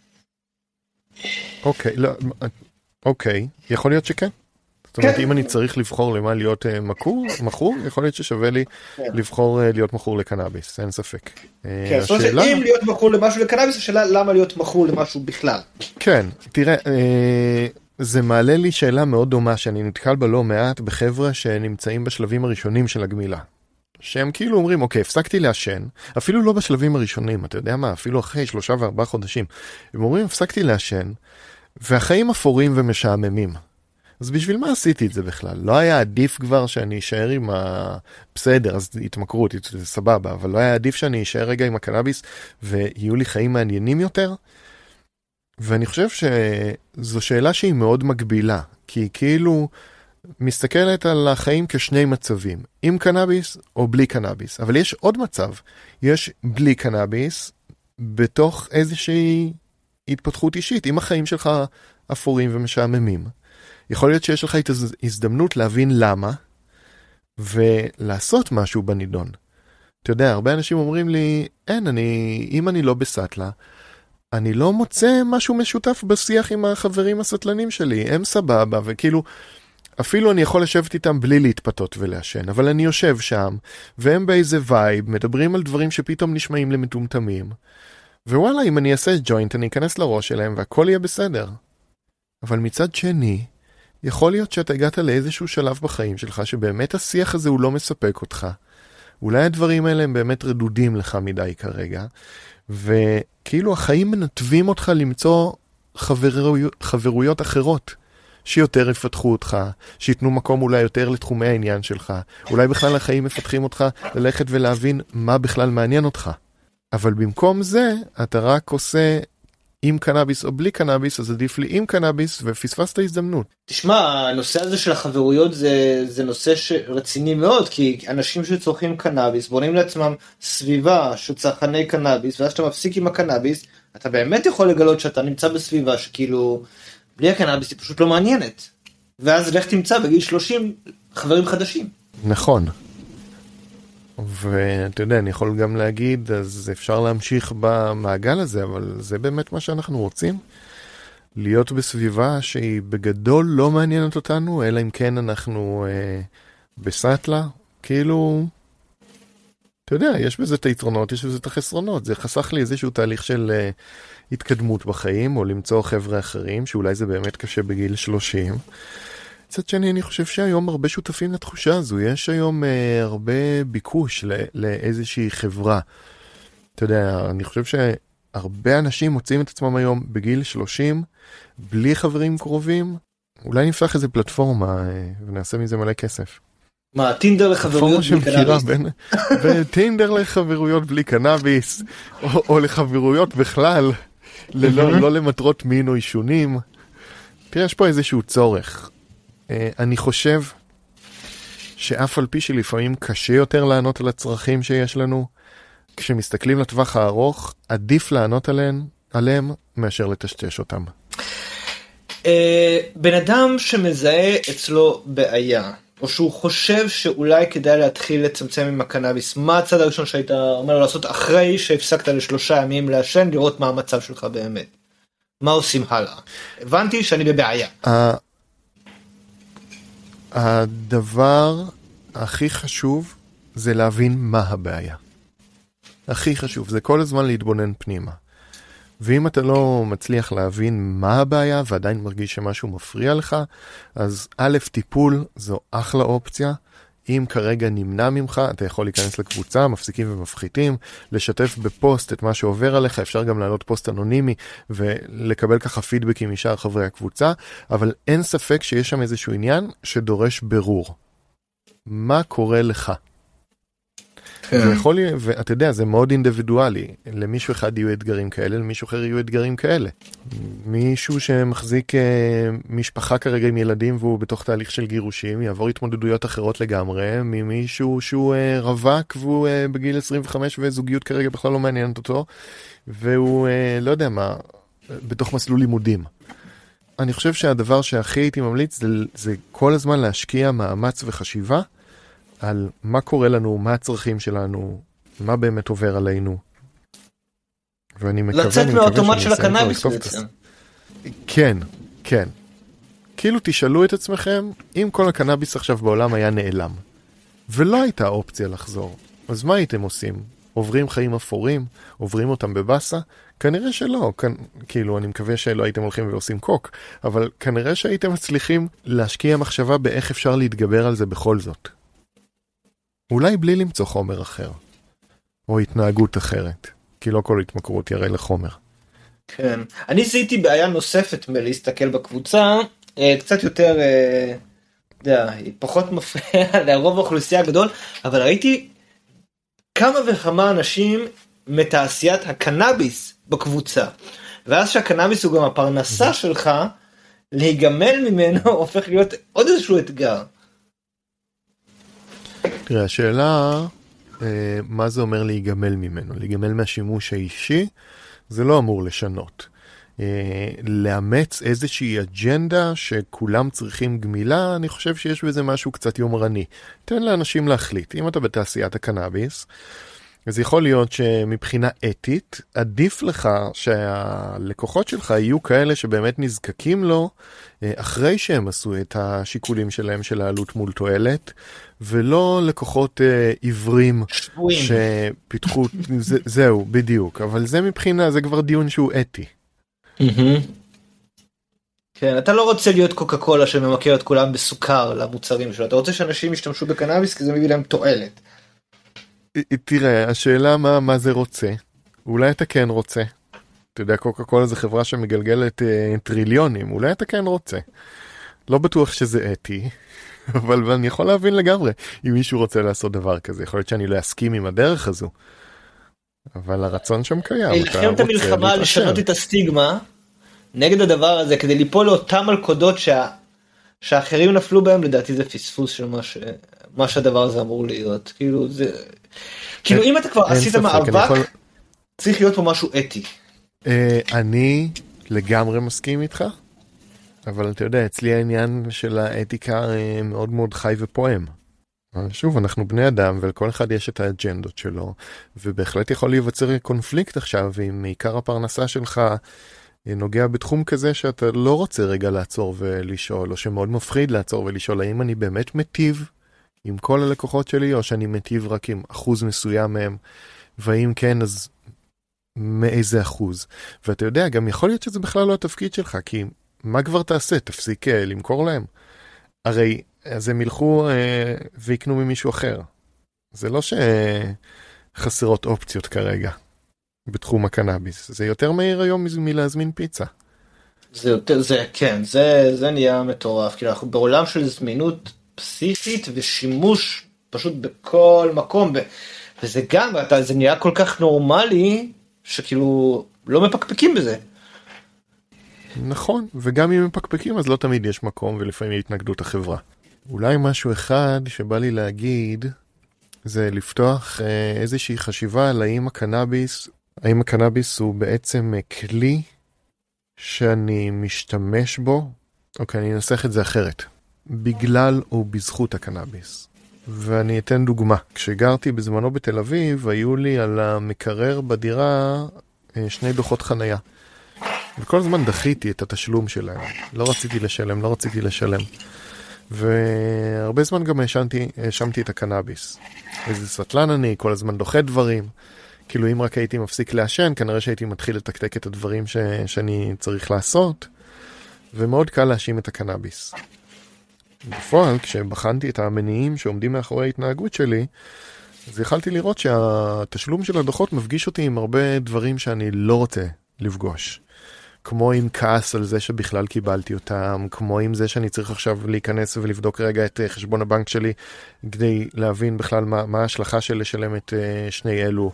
אוקיי, לא, אוקיי, יכול להיות שכן. זאת אומרת, אם אני צריך לבחור למה להיות מכור, מכור, יכול להיות ששווה לי לבחור להיות מכור לקנאביס, אין ספק. כן, זאת אומרת שאם להיות מכור למשהו לקנאביס, השאלה למה להיות מכור למשהו בכלל. כן, תראה, זה מעלה לי שאלה מאוד דומה, שאני נתקל בה לא מעט בחבר'ה שנמצאים בשלבים הראשונים של הגמילה. שהם כאילו אומרים, אוקיי, הפסקתי לעשן, אפילו לא בשלבים הראשונים, אתה יודע מה, אפילו אחרי שלושה וארבעה חודשים, הם אומרים, הפסקתי לעשן, והחיים אפורים ומשעממים. אז בשביל מה עשיתי את זה בכלל? לא היה עדיף כבר שאני אשאר עם ה... בסדר, אז התמכרות, זה סבבה, אבל לא היה עדיף שאני אשאר רגע עם הקנאביס, ויהיו לי חיים מעניינים יותר? ואני חושב שזו שאלה שהיא מאוד מגבילה, כי כאילו... מסתכלת על החיים כשני מצבים, עם קנאביס או בלי קנאביס. אבל יש עוד מצב, יש בלי קנאביס בתוך איזושהי התפתחות אישית, אם החיים שלך אפורים ומשעממים. יכול להיות שיש לך את הזדמנות להבין למה, ולעשות משהו בנידון. אתה יודע, הרבה אנשים אומרים לי, אין, אני, אם אני לא בסטלה, אני לא מוצא משהו משותף בשיח עם החברים הסטלנים שלי, הם סבבה, וכאילו, אפילו אני יכול לשבת איתם בלי להתפתות ולעשן, אבל אני יושב שם, והם באיזה וייב, מדברים על דברים שפתאום נשמעים למטומטמים, ווואלה, אם אני אעשה ג'וינט, אני אכנס לראש שלהם, והכל יהיה בסדר. אבל מצד שני, יכול להיות שאתה הגעת לאיזשהו שלב בחיים שלך, שבאמת השיח הזה הוא לא מספק אותך. אולי הדברים האלה הם באמת רדודים לך מדי כרגע, וכאילו החיים מנתבים אותך למצוא חברויות, חברויות אחרות, שיותר יפתחו אותך, שיתנו מקום אולי יותר לתחומי העניין שלך. אולי בכלל החיים מפתחים אותך ללכת ולהבין מה בכלל מעניין אותך. אבל במקום זה, אתה רק עושה עם קנאביס או בלי קנאביס, אז עדיף לי עם קנאביס, ופספסת הזדמנות. תשמע, הנושא הזה של החברויות זה, זה נושא רציני מאוד, כי אנשים שצורכים קנאביס, בונים לעצמם סביבה של צרכני קנאביס, ואז שאתה מפסיק עם הקנאביס, אתה באמת יכול לגלות שאתה נמצא בסביבה שכאילו, בלי הקנאביס היא פשוט לא מעניינת. ואז לך תמצא בגיל שלושים חברים חדשים. נכון. ואתה יודע, אני יכול גם להגיד, אז אפשר להמשיך במעגל הזה, אבל זה באמת מה שאנחנו רוצים. להיות בסביבה שהיא בגדול לא מעניינת אותנו, אלא אם כן אנחנו אה, בסטלה. כאילו, אתה יודע, יש בזה את היתרונות, יש בזה את החסרונות. זה חסך לי איזשהו תהליך של אה, התקדמות בחיים, או למצוא חבר'ה אחרים, שאולי זה באמת קשה בגיל שלושים. קצת שני, אני חושב שהיום הרבה שותפים לתחושה הזו. יש היום אה, הרבה ביקוש לא, לאיזושהי חברה. אתה יודע, אני חושב שהרבה אנשים מוצאים את עצמם היום בגיל שלושים, בלי חברים קרובים. אולי נפתח איזה פלטפורמה אה, ונעשה מזה מלא כסף. מה, טינדר לחברויות בלי קנאביס? בין, טינדר לחברויות בלי קנאביס, או, או לחברויות בכלל, ללא, לא למטרות מין או אישונים. תראה, יש פה איזשהו צורך. אני חושב שאף על פי שלפעמים קשה יותר לענות על הצרכים שיש לנו, כשמסתכלים לטווח הארוך, עדיף לענות עליהם, עליהם מאשר לטשטש אותם. בן אדם שמזהה אצלו בעיה, או שהוא חושב שאולי כדאי להתחיל לצמצם עם הקנאביס, מה הצד הראשון שהיית אומר לו לעשות אחרי שהפסקת לשלושה ימים לעשן, לראות מה המצב שלך באמת? מה עושים הלאה? הבנתי שאני בבעיה. הדבר הכי חשוב זה להבין מה הבעיה. הכי חשוב, זה כל הזמן להתבונן פנימה. ואם אתה לא מצליח להבין מה הבעיה ועדיין מרגיש שמשהו מפריע לך, אז א', טיפול זו אחלה אופציה. אם כרגע נמנע ממך, אתה יכול להיכנס לקבוצה, מפסיקים ומפחיתים, לשתף בפוסט את מה שעובר עליך, אפשר גם לעלות פוסט אנונימי ולקבל ככה פידבקים משאר חברי הקבוצה, אבל אין ספק שיש שם איזשהו עניין שדורש ברור. מה קורה לך? ויכול, ואתה יודע, זה מאוד אינדיבידואלי. למישהו אחד יהיו אתגרים כאלה, למישהו אחר יהיו אתגרים כאלה. מישהו שמחזיק אה, משפחה כרגע עם ילדים והוא בתוך תהליך של גירושים, יעבור התמודדויות אחרות לגמרי, ממישהו שהוא אה, רווק והוא אה, בגיל עשרים וחמש וזוגיות כרגע בכלל לא מעניינת אותו, והוא אה, לא יודע מה, בתוך מסלול לימודים. אני חושב שהדבר שהכי הייתי ממליץ זה, זה כל הזמן להשקיע מאמץ וחשיבה, על מה קורה לנו, מה הצרכים שלנו, מה באמת עובר עלינו. ואני מקווה, לצאת מהאוטומט של הקנאביס בעצם. כן, כן. כאילו תשאלו את עצמכם, אם כל הקנאביס עכשיו בעולם היה נעלם, ולא הייתה אופציה לחזור, אז מה הייתם עושים? עוברים חיים אפורים? עוברים אותם בבאסה? כנראה שלא. כ... כאילו, אני מקווה שלא הייתם הולכים ועושים קוק, אבל כנראה שהייתם מצליחים להשקיע מחשבה באיך אפשר להתגבר על זה בכל זאת. אולי בלי למצוא חומר אחר, או התנהגות אחרת, כי לא כל התמכרות יראה לחומר. כן, אני זיהיתי בעיה נוספת מלהסתכל בקבוצה, קצת יותר, יודע, היא פחות מפריעה לרוב האוכלוסייה הגדול, אבל ראיתי כמה וכמה אנשים מתעשיית הקנאביס בקבוצה, ואז שהקנאביס הוא גם הפרנסה שלך, להיגמל ממנו הופך להיות עוד איזשהו אתגר. תראה, השאלה, אה, מה זה אומר להיגמל ממנו? להיגמל מהשימוש האישי, זה לא אמור לשנות. אה, לאמץ איזושהי אג'נדה שכולם צריכים גמילה, אני חושב שיש בזה משהו קצת יומרני. תן לאנשים להחליט. אם אתה בתעשיית הקנאביס, אז יכול להיות שמבחינה אתית, עדיף לך שהלקוחות שלך יהיו כאלה שבאמת נזקקים לו, אחרי שהם עשו את השיקולים שלהם של העלות מול תועלת, ולא לקוחות עיוורים שפיתחו, זה, זהו, בדיוק. אבל זה מבחינה, זה כבר דיון שהוא אתי. כן, אתה לא רוצה להיות קוקה קולה שממכר את כולם בסוכר למוצרים שלו, אתה רוצה שאנשים ישתמשו בקנאביס כי זה מביא להם תועלת. תראה, השאלה מה, מה זה רוצה. אולי אתה כן רוצה. אתה יודע, קוקה קולה זה חברה שמגלגלת אה, טריליונים, אולי אתה כן רוצה. לא בטוח שזה אתי, אבל אני יכול להבין לגמרי אם מישהו רוצה לעשות דבר כזה. יכול להיות שאני לא אסכים עם הדרך הזו. אבל הרצון שם קיים. להילחם את המלחמה לשנות את הסטיגמה נגד הדבר הזה, כדי ליפול לאותם מלכודות שה... שהאחרים נפלו בהם, לדעתי זה פספוס של מה, ש... מה שהדבר הזה אמור להיות. כאילו, זה... כאילו אם אתה כבר עשית מאבק, יכול... צריך להיות פה משהו אתי. אני לגמרי מסכים איתך, אבל אתה יודע, אצלי העניין של האתיקה מאוד מאוד חי ופועם. שוב, אנחנו בני אדם, ולכל אחד יש את האג'נדות שלו, ובהחלט יכול להיווצר קונפליקט עכשיו, אם עיקר הפרנסה שלך נוגע בתחום כזה שאתה לא רוצה רגע לעצור ולשאול, או שמאוד מפחיד לעצור ולשאול, האם אני באמת מטיב עם כל הלקוחות שלי, או שאני מטיב רק עם אחוז מסוים מהם, והאם כן, אז מאיזה אחוז. ואתה יודע, גם יכול להיות שזה בכלל לא התפקיד שלך, כי מה כבר תעשה? תפסיק למכור להם? הרי אז הם ילכו אה, ויקנו ממישהו אחר. זה לא שחסרות אופציות כרגע בתחום הקנאביס. זה יותר מהיר היום מלהזמין פיצה. זה יותר, זה, כן, זה, זה נהיה מטורף. כאילו אנחנו בעולם של זמינות פסיכית ושימוש פשוט בכל מקום. ו, וזה גם, זה נהיה כל כך נורמלי, שכאילו לא מפקפקים בזה. נכון, וגם אם מפקפקים אז לא תמיד יש מקום ולפעמים התנגדות החברה. אולי משהו אחד שבא לי להגיד זה לפתוח איזושהי חשיבה על האם הקנאביס, האם הקנאביס הוא בעצם כלי שאני משתמש בו, אוקיי, אני אנסח את זה אחרת, בגלל או בזכות הקנאביס. ואני אתן דוגמה. כשגרתי בזמנו בתל אביב, היו לי על המקרר בדירה שני דוחות חנייה. וכל הזמן דחיתי את התשלום שלהם. לא רציתי לשלם, לא רציתי לשלם. והרבה זמן גם האשמתי, האשמתי את הקנאביס. איזה סטלן אני, כל הזמן דוחה דברים. כאילו אם רק הייתי מפסיק לעשן, כנראה שהייתי מתחיל לתקתק את הדברים ש... שאני צריך לעשות. ומאוד קל להאשים את הקנאביס. בפועל, כשבחנתי את המניעים שעומדים מאחורי ההתנהגות שלי, אז יכלתי לראות שהתשלום של הדוחות מפגיש אותי עם הרבה דברים שאני לא רוצה לפגוש. כמו עם כעס על זה שבכלל קיבלתי אותם, כמו עם זה שאני צריך עכשיו להיכנס ולבדוק רגע את חשבון הבנק שלי, כדי להבין בכלל מה, מה ההשלכה של לשלם את שני אלו.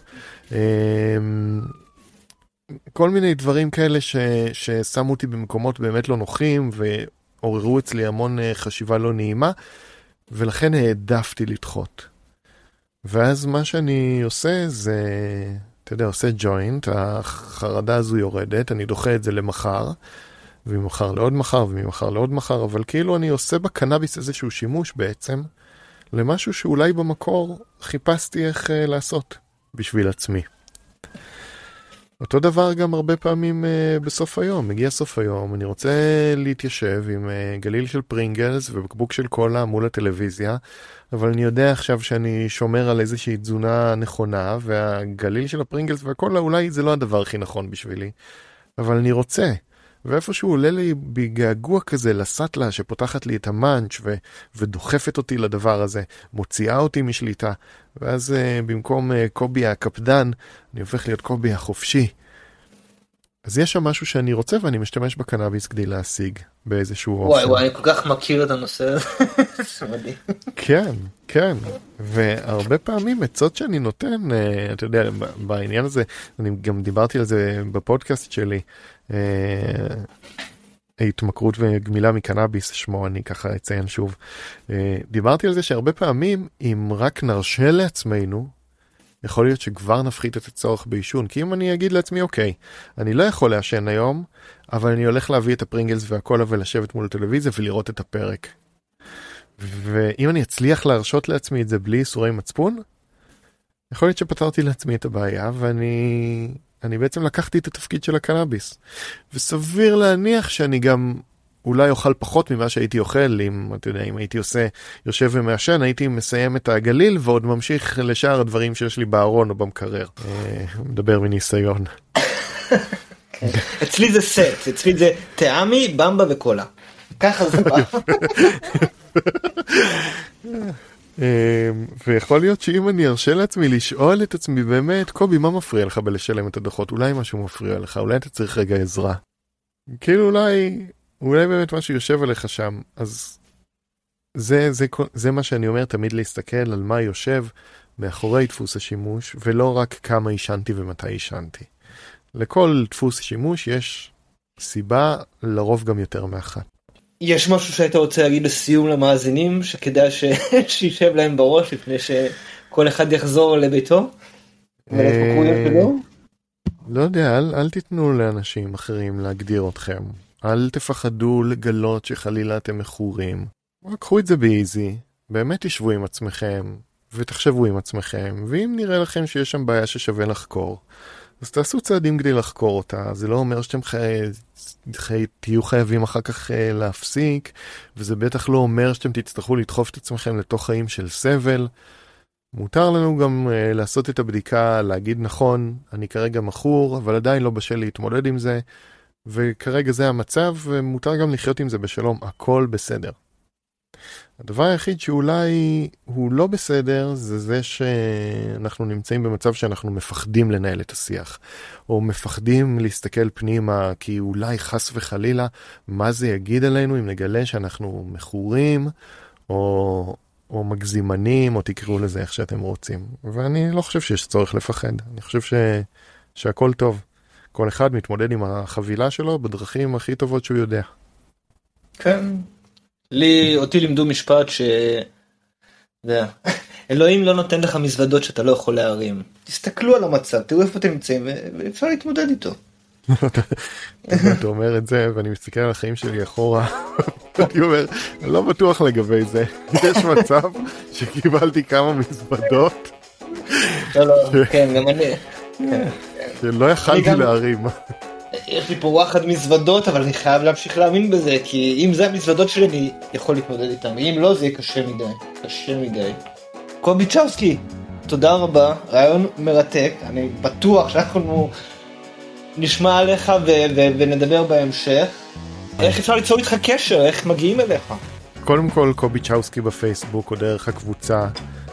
כל מיני דברים כאלה ש, ששמו אותי במקומות באמת לא נוחים, ועוררו אצלי המון חשיבה לא נעימה, ולכן העדפתי לדחות. ואז מה שאני עושה זה... אתה יודע, עושה ג'וינט, החרדה הזו יורדת, אני דוחה את זה למחר, וממחר לעוד מחר, וממחר לעוד מחר, אבל כאילו אני עושה בקנאביס איזשהו שימוש בעצם, למשהו שאולי במקור חיפשתי איך uh, לעשות בשביל עצמי. אותו דבר גם הרבה פעמים uh, בסוף היום, מגיע סוף היום, אני רוצה להתיישב עם uh, גליל של פרינגלס ובקבוק של קולה מול הטלוויזיה, אבל אני יודע עכשיו שאני שומר על איזושהי תזונה נכונה, והגליל של הפרינגלס והקולה אולי זה לא הדבר הכי נכון בשבילי, אבל אני רוצה, ואיפשהו עולה לי בגעגוע כזה לסטלה שפותחת לי את המאנץ' ו- ודוחפת אותי לדבר הזה, מוציאה אותי משליטה, ואז uh, במקום uh, קובי הקפדן, אני הופך להיות קובי החופשי. אז יש שם משהו שאני רוצה ואני משתמש בקנאביס כדי להשיג באיזשהו אופן. וואי וואי, אני כל כך מכיר את הנושא הזה. כן, כן. והרבה פעמים עצות שאני נותן, אתה יודע, בעניין הזה, אני גם דיברתי על זה בפודקאסט שלי, התמכרות וגמילה מקנאביס, שמו אני ככה אציין שוב. דיברתי על זה שהרבה פעמים, אם רק נרשה לעצמנו, יכול להיות שכבר נפחית את הצורך בעישון, כי אם אני אגיד לעצמי, אוקיי, אני לא יכול לעשן היום, אבל אני הולך להביא את הפרינגלס והקולה ולשבת מול הטלוויזיה ולראות את הפרק. ואם אני אצליח להרשות לעצמי את זה בלי איסורי מצפון, יכול להיות שפתרתי לעצמי את הבעיה, ואני אני בעצם לקחתי את התפקיד של הקנאביס. וסביר להניח שאני גם אולי אוכל פחות ממה שהייתי אוכל, אם, אתה יודע, אם הייתי עושה, יושב ומעשן, הייתי מסיים את הגליל, ועוד ממשיך לשאר הדברים שיש לי בארון או במקרר. מדבר מניסיון. אצלי זה סט, אצלי זה טעמי, במבה וקולה. ככה זה בא. ויכול להיות שאם אני ארשה לעצמי לשאול את עצמי באמת, קובי, מה מפריע לך בלשלם את הדוחות? אולי משהו מפריע לך, אולי אתה צריך רגע עזרה. כאילו אולי, אולי באמת משהו יושב עליך שם, אז זה, זה, זה מה שאני אומר, תמיד להסתכל על מה יושב מאחורי דפוס השימוש, ולא רק כמה ישנתי ומתי ישנתי. לכל דפוס שימוש יש סיבה, לרוב גם יותר מאחת. יש משהו שהיית רוצה להגיד לסיום למאזינים, שכדאי ש... שישב להם בראש לפני שכל אחד יחזור לביתו? לא יודע, אל, אל תיתנו לאנשים אחרים להגדיר אתכם. אל תפחדו לגלות שחלילה אתם מכורים. רק קחו את זה באיזי, באמת תשבו עם עצמכם, ותחשבו עם עצמכם, ואם נראה לכם שיש שם בעיה ששווה לחקור, אז תעשו צעדים כדי לחקור אותה. זה לא אומר שאתם חי... חי... תהיו חייבים אחר כך uh, להפסיק, וזה בטח לא אומר שאתם תצטרכו לדחוף את עצמכם לתוך חיים של סבל. מותר לנו גם uh, לעשות את הבדיקה, להגיד נכון, אני כרגע מכור, אבל עדיין לא בשל להתמודד עם זה, וכרגע זה המצב, ומותר גם לחיות עם זה בשלום, הכל בסדר. הדבר היחיד שאולי הוא לא בסדר, זה זה שאנחנו נמצאים במצב שאנחנו מפחדים לנהל את השיח, או מפחדים להסתכל פנימה, כי אולי חס וחלילה, מה זה יגיד עלינו אם נגלה שאנחנו מכורים, או, או מגזימנים, או תקראו לזה איך שאתם רוצים. ואני לא חושב שיש צורך לפחד, אני חושב ש, שהכל טוב. כל אחד מתמודד עם החבילה שלו בדרכים הכי טובות שהוא יודע. כן. לי, אותי לימדו משפט ש... אלוהים לא נותן לך מזוודות שאתה לא יכול להרים. תסתכלו על המצב, תראו איפה אתם נמצאים, ואפשר להתמודד איתו. אתה אומר את זה, ואני מסתכל על החיים שלי אחורה, ואני אומר, אני לא בטוח לגבי זה. יש מצב שקיבלתי כמה מזוודות. לא, לא, כן, גם אני. שלא יכלתי להרים. יש לי פה וואחד מזוודות, אבל אני חייב להמשיך להאמין בזה, כי אם זה המזוודות שלי, אני יכול להתמודד איתם, ואם לא, זה יהיה קשה מדי, קשה מדי. קובי צ'אוסקי, תודה רבה, רעיון מרתק, אני בטוח שאנחנו נשמע עליך ו- ו- ונדבר בהמשך. איך אפשר ליצור איתך קשר, איך מגיעים אליך? קודם כל, קובי צ'אוסקי בפייסבוק, או דרך הקבוצה,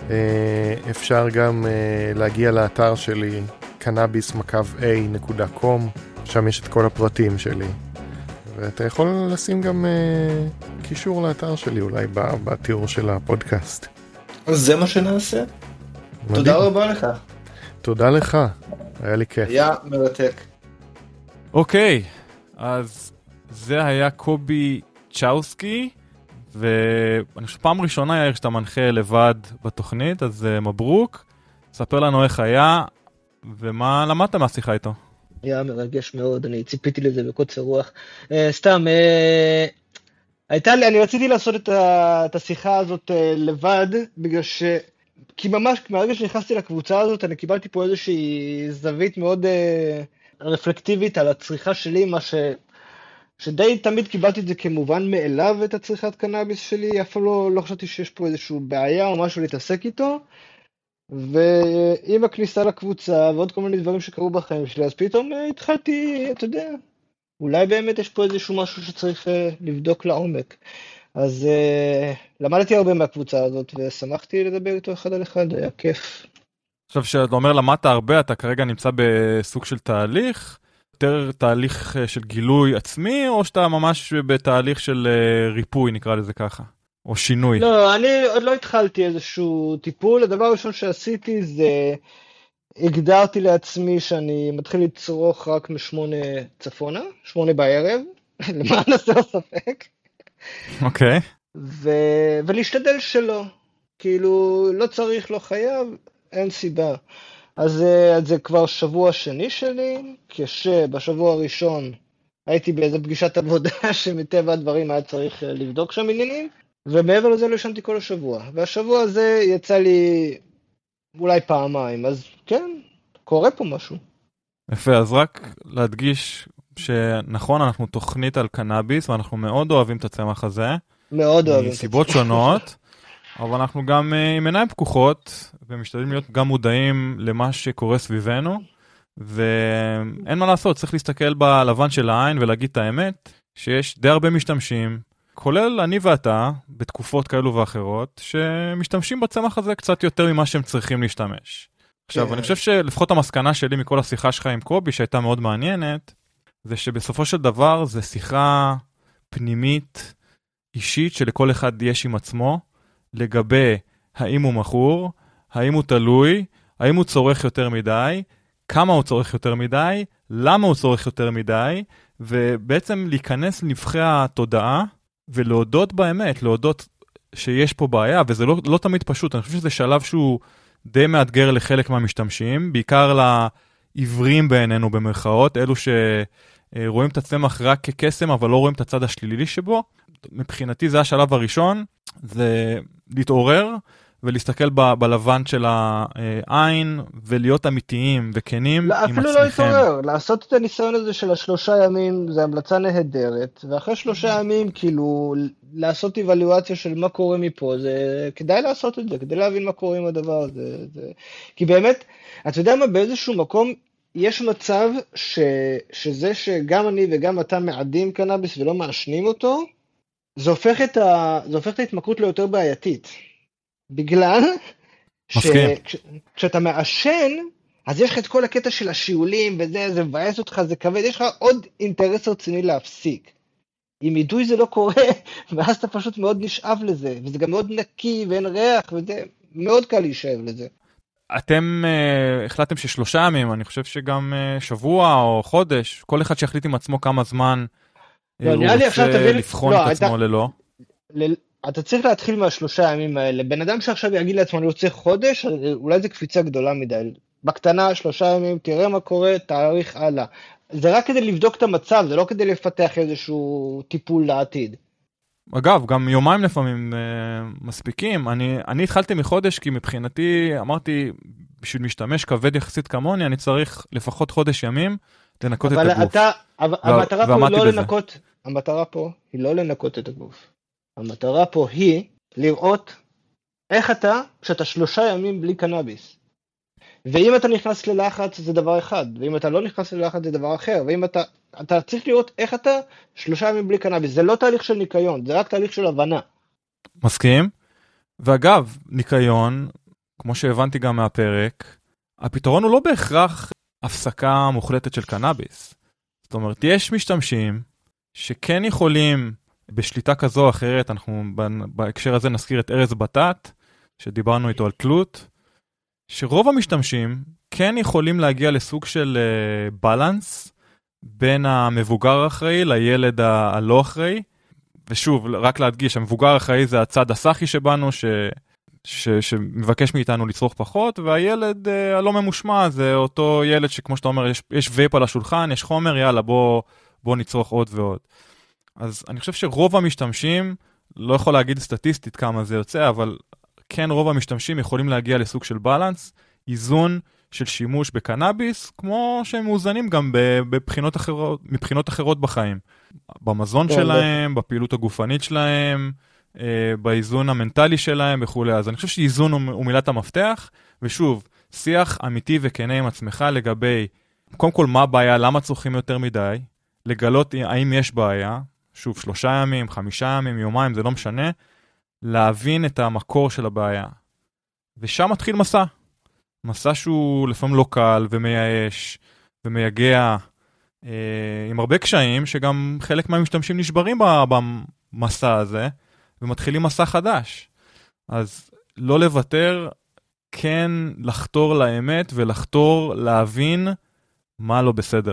אפשר גם להגיע לאתר שלי, קנאביס מקו איי נקודה קום, שם יש את כל הפרטים שלי. ואתה יכול לשים גם uh, קישור לאתר שלי אולי בתיאור של הפודקאסט. אז זה מה שנעשה. מדהים. תודה רבה לך. תודה לך, היה לי כיף. היה מרתק. אוקיי, אז זה היה קובי צ'אוסקי, ואני חושב פעם ראשונה היה שאתה מנחה לבד בתוכנית, אז uh, מברוק. ספר לנו איך היה, ומה למדת מהשיחה איתו. היה מרגש מאוד, אני ציפיתי לזה בקוצר רוח. Uh, סתם, uh, הייתה לי, אני רציתי לעשות את, ה, את השיחה הזאת uh, לבד, בגלל ש... כי ממש מהרגע שנכנסתי לקבוצה הזאת, אני קיבלתי פה איזושהי זווית מאוד uh, רפלקטיבית על הצריכה שלי, מה ש... שדי תמיד קיבלתי את זה כמובן מאליו, את הצריכת קנאביס שלי, אף לא, לא חשבתי שיש פה איזשהו בעיה או משהו להתעסק איתו. ועם הכניסה לקבוצה ועוד כל מיני דברים שקרו בחיים שלי, אז פתאום התחלתי, אתה יודע, אולי באמת יש פה איזשהו משהו שצריך לבדוק לעומק. אז למדתי הרבה מהקבוצה הזאת, ושמחתי לדבר איתו אחד על אחד, היה כיף. עכשיו שאתה אומר למדת הרבה, אתה כרגע נמצא בסוג של תהליך, יותר תהליך של גילוי עצמי, או שאתה ממש בתהליך של ריפוי, נקרא לזה ככה? או שינוי? לא, אני עוד לא התחלתי איזשהו טיפול. הדבר הראשון שעשיתי זה, הגדרתי לעצמי שאני מתחיל לצרוך רק משמונה צפונה, שמונה בערב, למען הסר ספק. אוקיי. ו- ולהשתדל שלא. כאילו, לא צריך, לא חייב, אין סיבה. אז, אז זה כבר שבוע שני שלי, כשבשבוע הראשון הייתי באיזו פגישת עבודה שמטבע הדברים היה צריך לבדוק שם עניינים, ומעבר לזה לא ישנתי כל השבוע. והשבוע הזה יצא לי אולי פעמיים, אז כן, קורה פה משהו. יפה, אז רק להדגיש שנכון, אנחנו תוכנית על קנאביס, ואנחנו מאוד אוהבים את הצמח הזה. מאוד אוהבים. מסיבות שונות, אבל אנחנו גם עם עיניים פקוחות, ומשתדלים להיות גם מודעים למה שקורה סביבנו, ואין מה לעשות, צריך להסתכל בלבן של העין ולהגיד את האמת, שיש די הרבה משתמשים, כולל אני ואתה, בתקופות כאלו ואחרות, שמשתמשים בצמח הזה קצת יותר ממה שהם צריכים להשתמש. עכשיו, אני חושב שלפחות המסקנה שלי מכל השיחה שלך עם קובי, שהייתה מאוד מעניינת, זה שבסופו של דבר זה שיחה פנימית, אישית, שלכל אחד יש עם עצמו, לגבי האם הוא מכור, האם הוא תלוי, האם הוא צורך יותר מדי, כמה הוא צורך יותר מדי, למה הוא צורך יותר מדי, ובעצם להיכנס לנבחי התודעה, ולהודות באמת, להודות שיש פה בעיה, וזה לא, לא תמיד פשוט, אני חושב שזה שלב שהוא די מאתגר לחלק מהמשתמשים, בעיקר לעברים בעינינו במרכאות, אלו שרואים את הצמח רק כקסם, אבל לא רואים את הצד השלילי שבו. מבחינתי זה השלב הראשון, זה להתעורר ולהסתכל ב- בלבן של העין, ולהיות אמיתיים וכנים לא, עם עצמכם. אפילו לא להתעורר, לעשות את הניסיון הזה של השלושה ימים, זה המלצה נהדרת, ואחרי שלושה ימים, כאילו, לעשות איבלואציה של מה קורה מפה, זה כדאי לעשות את זה, כדי להבין מה קורה עם הדבר הזה. זה... כי באמת, אתה יודע מה, באיזשהו מקום, יש מצב ש... שזה שגם אני וגם אתה מעדים קנאביס ולא מעשנים אותו, זה הופך את, ה... זה הופך את ההתמכרות ליותר בעייתית. בגלל שכשאתה מעשן, אז יש לך את כל הקטע של השיעולים וזה, זה מבאס אותך, זה כבד, יש לך עוד אינטרס רציני להפסיק. עם עידוי זה לא קורה, ואז אתה פשוט מאוד נשאב לזה, וזה גם מאוד נקי ואין ריח, וזה מאוד קל להישאב לזה. אתם uh, החלטתם ששלושה ימים, אני חושב שגם uh, שבוע או חודש, כל אחד שיחליט עם עצמו כמה זמן לא, הוא רוצה לבחון לא, את עצמו אתה... ללא. ל... אתה צריך להתחיל מהשלושה ימים האלה. בן אדם שעכשיו יגיד לעצמו, אני רוצה חודש, אולי זה קפיצה גדולה מדי. בקטנה, שלושה ימים, תראה מה קורה, תאריך הלאה. זה רק כדי לבדוק את המצב, זה לא כדי לפתח איזשהו טיפול לעתיד. אגב, גם יומיים לפעמים אה, מספיקים. אני, אני התחלתי מחודש, כי מבחינתי, אמרתי, בשביל משתמש כבד יחסית כמוני, אני צריך לפחות חודש ימים לנקות את הגוף. אתה, אבל ו- המטרה פה היא לא בזה. לנקות, המטרה פה היא לא לנקות את הגוף. המטרה פה היא לראות איך אתה, כשאתה שלושה ימים בלי קנאביס. ואם אתה נכנס ללחץ זה דבר אחד, ואם אתה לא נכנס ללחץ זה דבר אחר, ואם אתה, אתה צריך לראות איך אתה שלושה ימים בלי קנאביס. זה לא תהליך של ניקיון, זה רק תהליך של הבנה. מסכים? ואגב, ניקיון, כמו שהבנתי גם מהפרק, הפתרון הוא לא בהכרח הפסקה מוחלטת של קנאביס. זאת אומרת, יש משתמשים שכן יכולים בשליטה כזו או אחרת, אנחנו בהקשר הזה נזכיר את ארז בטט, שדיברנו איתו על תלות, שרוב המשתמשים כן יכולים להגיע לסוג של בלנס, בין המבוגר האחראי לילד הלא אחראי, ושוב, רק להדגיש, המבוגר האחראי זה הצד הסחי שבנו, ש... ש... שמבקש מאיתנו לצרוך פחות, והילד הלא ממושמע זה אותו ילד שכמו שאתה אומר, יש, יש וייפ על השולחן, יש חומר, יאללה, בוא, בוא נצרוך עוד ועוד. אז אני חושב שרוב המשתמשים, לא יכול להגיד סטטיסטית כמה זה יוצא, אבל כן רוב המשתמשים יכולים להגיע לסוג של בלנס, איזון של שימוש בקנאביס, כמו שהם מאוזנים גם בבחינות אחרות, מבחינות אחרות בחיים. במזון שלהם, בפעילות הגופנית שלהם, באיזון המנטלי שלהם וכו'. אז אני חושב שאיזון הוא מילת המפתח, ושוב, שיח אמיתי וכנה עם עצמך לגבי, קודם כל מה הבעיה, למה צורכים יותר מדי, לגלות האם יש בעיה, שוב, שלושה ימים, חמישה ימים, יומיים, זה לא משנה, להבין את המקור של הבעיה. ושם מתחיל מסע. מסע שהוא לפעמים לא קל ומייאש ומייגע, אה, עם הרבה קשיים, שגם חלק מהמשתמשים נשברים במסע הזה, ומתחילים מסע חדש. אז לא לוותר, כן לחתור לאמת, ולחתור להבין מה לא בסדר.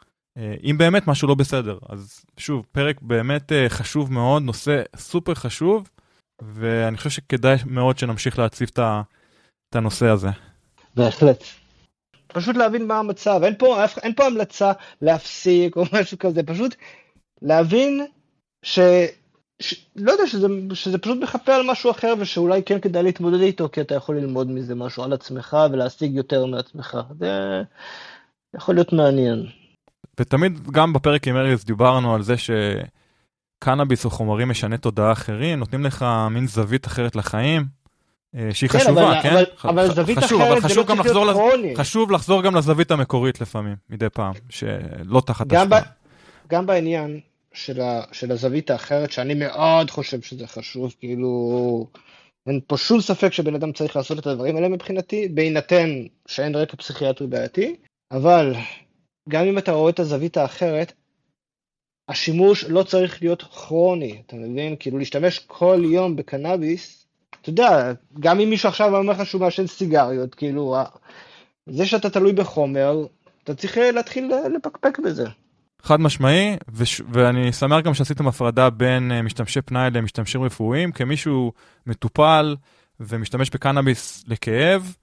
אם באמת משהו לא בסדר. אז שוב, פרק באמת חשוב מאוד, נושא סופר חשוב, ואני חושב שכדאי מאוד שנמשיך להציף את הנושא הזה. בהחלט. פשוט להבין מה המצב. אין פה, אין פה המלצה להפסיק או משהו כזה, פשוט להבין ש, ש... לא יודע, שזה, שזה פשוט מחפה על משהו אחר, ושאולי כן כדאי להתמודד איתו, כי אתה יכול ללמוד מזה משהו על עצמך, ולהשיג יותר מעצמך. זה יכול להיות מעניין. ותמיד גם בפרק עם ארז דיברנו על זה שקנאביס או חומרים משנה תודעה אחרים, נותנים לך מין זווית אחרת לחיים, שהיא כן, חשובה, אבל, כן? אבל, אבל זווית חשוב, אחרת אבל זה חשוב לא צריך להיות לז... כרוני. חשוב לחזור גם לזווית המקורית לפעמים, מדי פעם, שלא תחת גם, ב... השפעה. גם בעניין של, ה... של הזווית האחרת, שאני מאוד חושב שזה חשוב, כאילו, אין פה שום ספק שבן אדם צריך לעשות את הדברים האלה מבחינתי, בהינתן שאין רקע פסיכיאטרי בעייתי, אבל גם אם אתה רואה את הזווית האחרת, השימוש לא צריך להיות כרוני, אתה מבין? כאילו להשתמש כל יום בקנאביס, אתה יודע, גם אם מישהו עכשיו אומר לך שהוא מעשן סיגריות, כאילו, זה שאתה תלוי בחומר, אתה צריך להתחיל לפקפק בזה. חד משמעי, וש... ואני שמח גם שעשיתם הפרדה בין משתמשי פנאי למשתמשים רפואיים, כמישהו מטופל ומשתמש בקנאביס לכאב,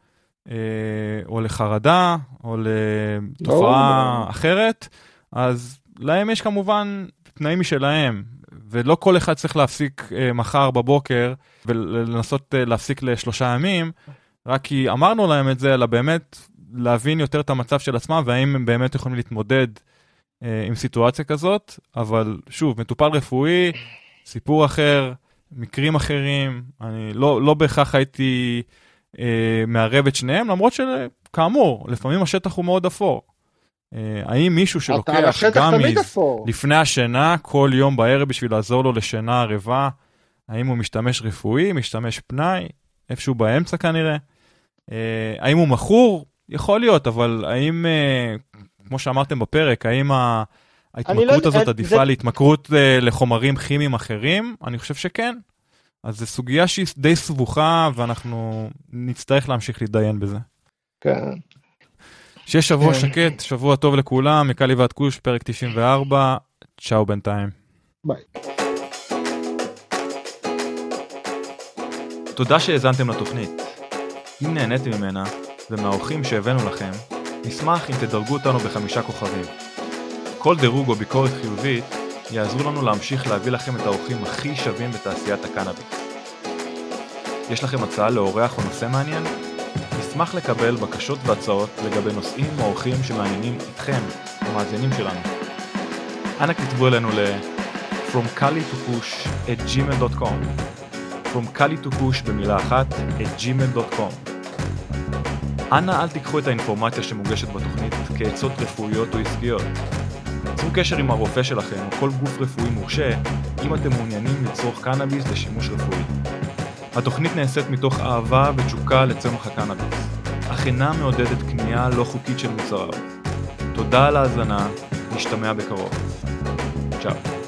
או לחרדה, או לתופעה אחרת, אז להם יש כמובן תנאים משלהם, ולא כל אחד צריך להפסיק מחר בבוקר, ולנסות להפסיק לשלושה ימים, רק כי אמרנו להם את זה, אלא באמת להבין יותר את המצב של עצמם, והאם הם באמת יכולים להתמודד עם סיטואציה כזאת, אבל שוב, מטופל רפואי, סיפור אחר, מקרים אחרים, אני לא, לא בהכרח הייתי אה, מערב את שניהם, למרות שכאמור, לפעמים השטח הוא מאוד אפור. אה, האם מישהו שלוקח גם לפני השינה, כל יום בערב בשביל לעזור לו לשינה ערבה, האם הוא משתמש רפואי, משתמש פנאי, איפשהו באמצע כנראה? אה, האם הוא מכור? יכול להיות, אבל האם... אה, כמו שאמרתם בפרק, האם ההתמכרות הזאת עדיפה להתמכרות לחומרים כימיים אחרים? אני חושב שכן. אז זו סוגיה שהיא די סבוכה, ואנחנו נצטרך להמשיך להתדיין בזה. כן. שיהיה שבוע שקט, שבוע טוב לכולם, מקלי ועד כוש, פרק תשעים וארבע, צ'או בינתיים. ביי. תודה שהאזנתם לתוכנית. אם נהניתם ממנה, ומהאורחים שהבאנו לכם, נשמח אם תדרגו אותנו בחמישה כוכבים. כל דירוג או ביקורת חיובית יעזרו לנו להמשיך להביא לכם את האורחים הכי שווים בתעשיית הקנאביס. יש לכם הצעה לאורח או נושא מעניין? נשמח לקבל בקשות והצעות לגבי נושאים או אורחים שמעניינים אתכם, המאזינים שלנו. אנא כתבו אלינו ל from kali to kush at gmail dot com from kali to kush במילה אחת at gmail dot com. אנא אל תיקחו את האינפורמציה שמוגשת בתוכנית כעצות רפואיות או עסקיות. צרו קשר עם הרופא שלכם או כל גוף רפואי מורשה אם אתם מעוניינים לצרוך קנאביס לשימוש רפואי. התוכנית נעשית מתוך אהבה ותשוקה לצמח הקנאביס, אך אינה מעודדת קנייה לא חוקית של מוצריו. תודה על ההאזנה, נשתמע בקרוב. צ'או.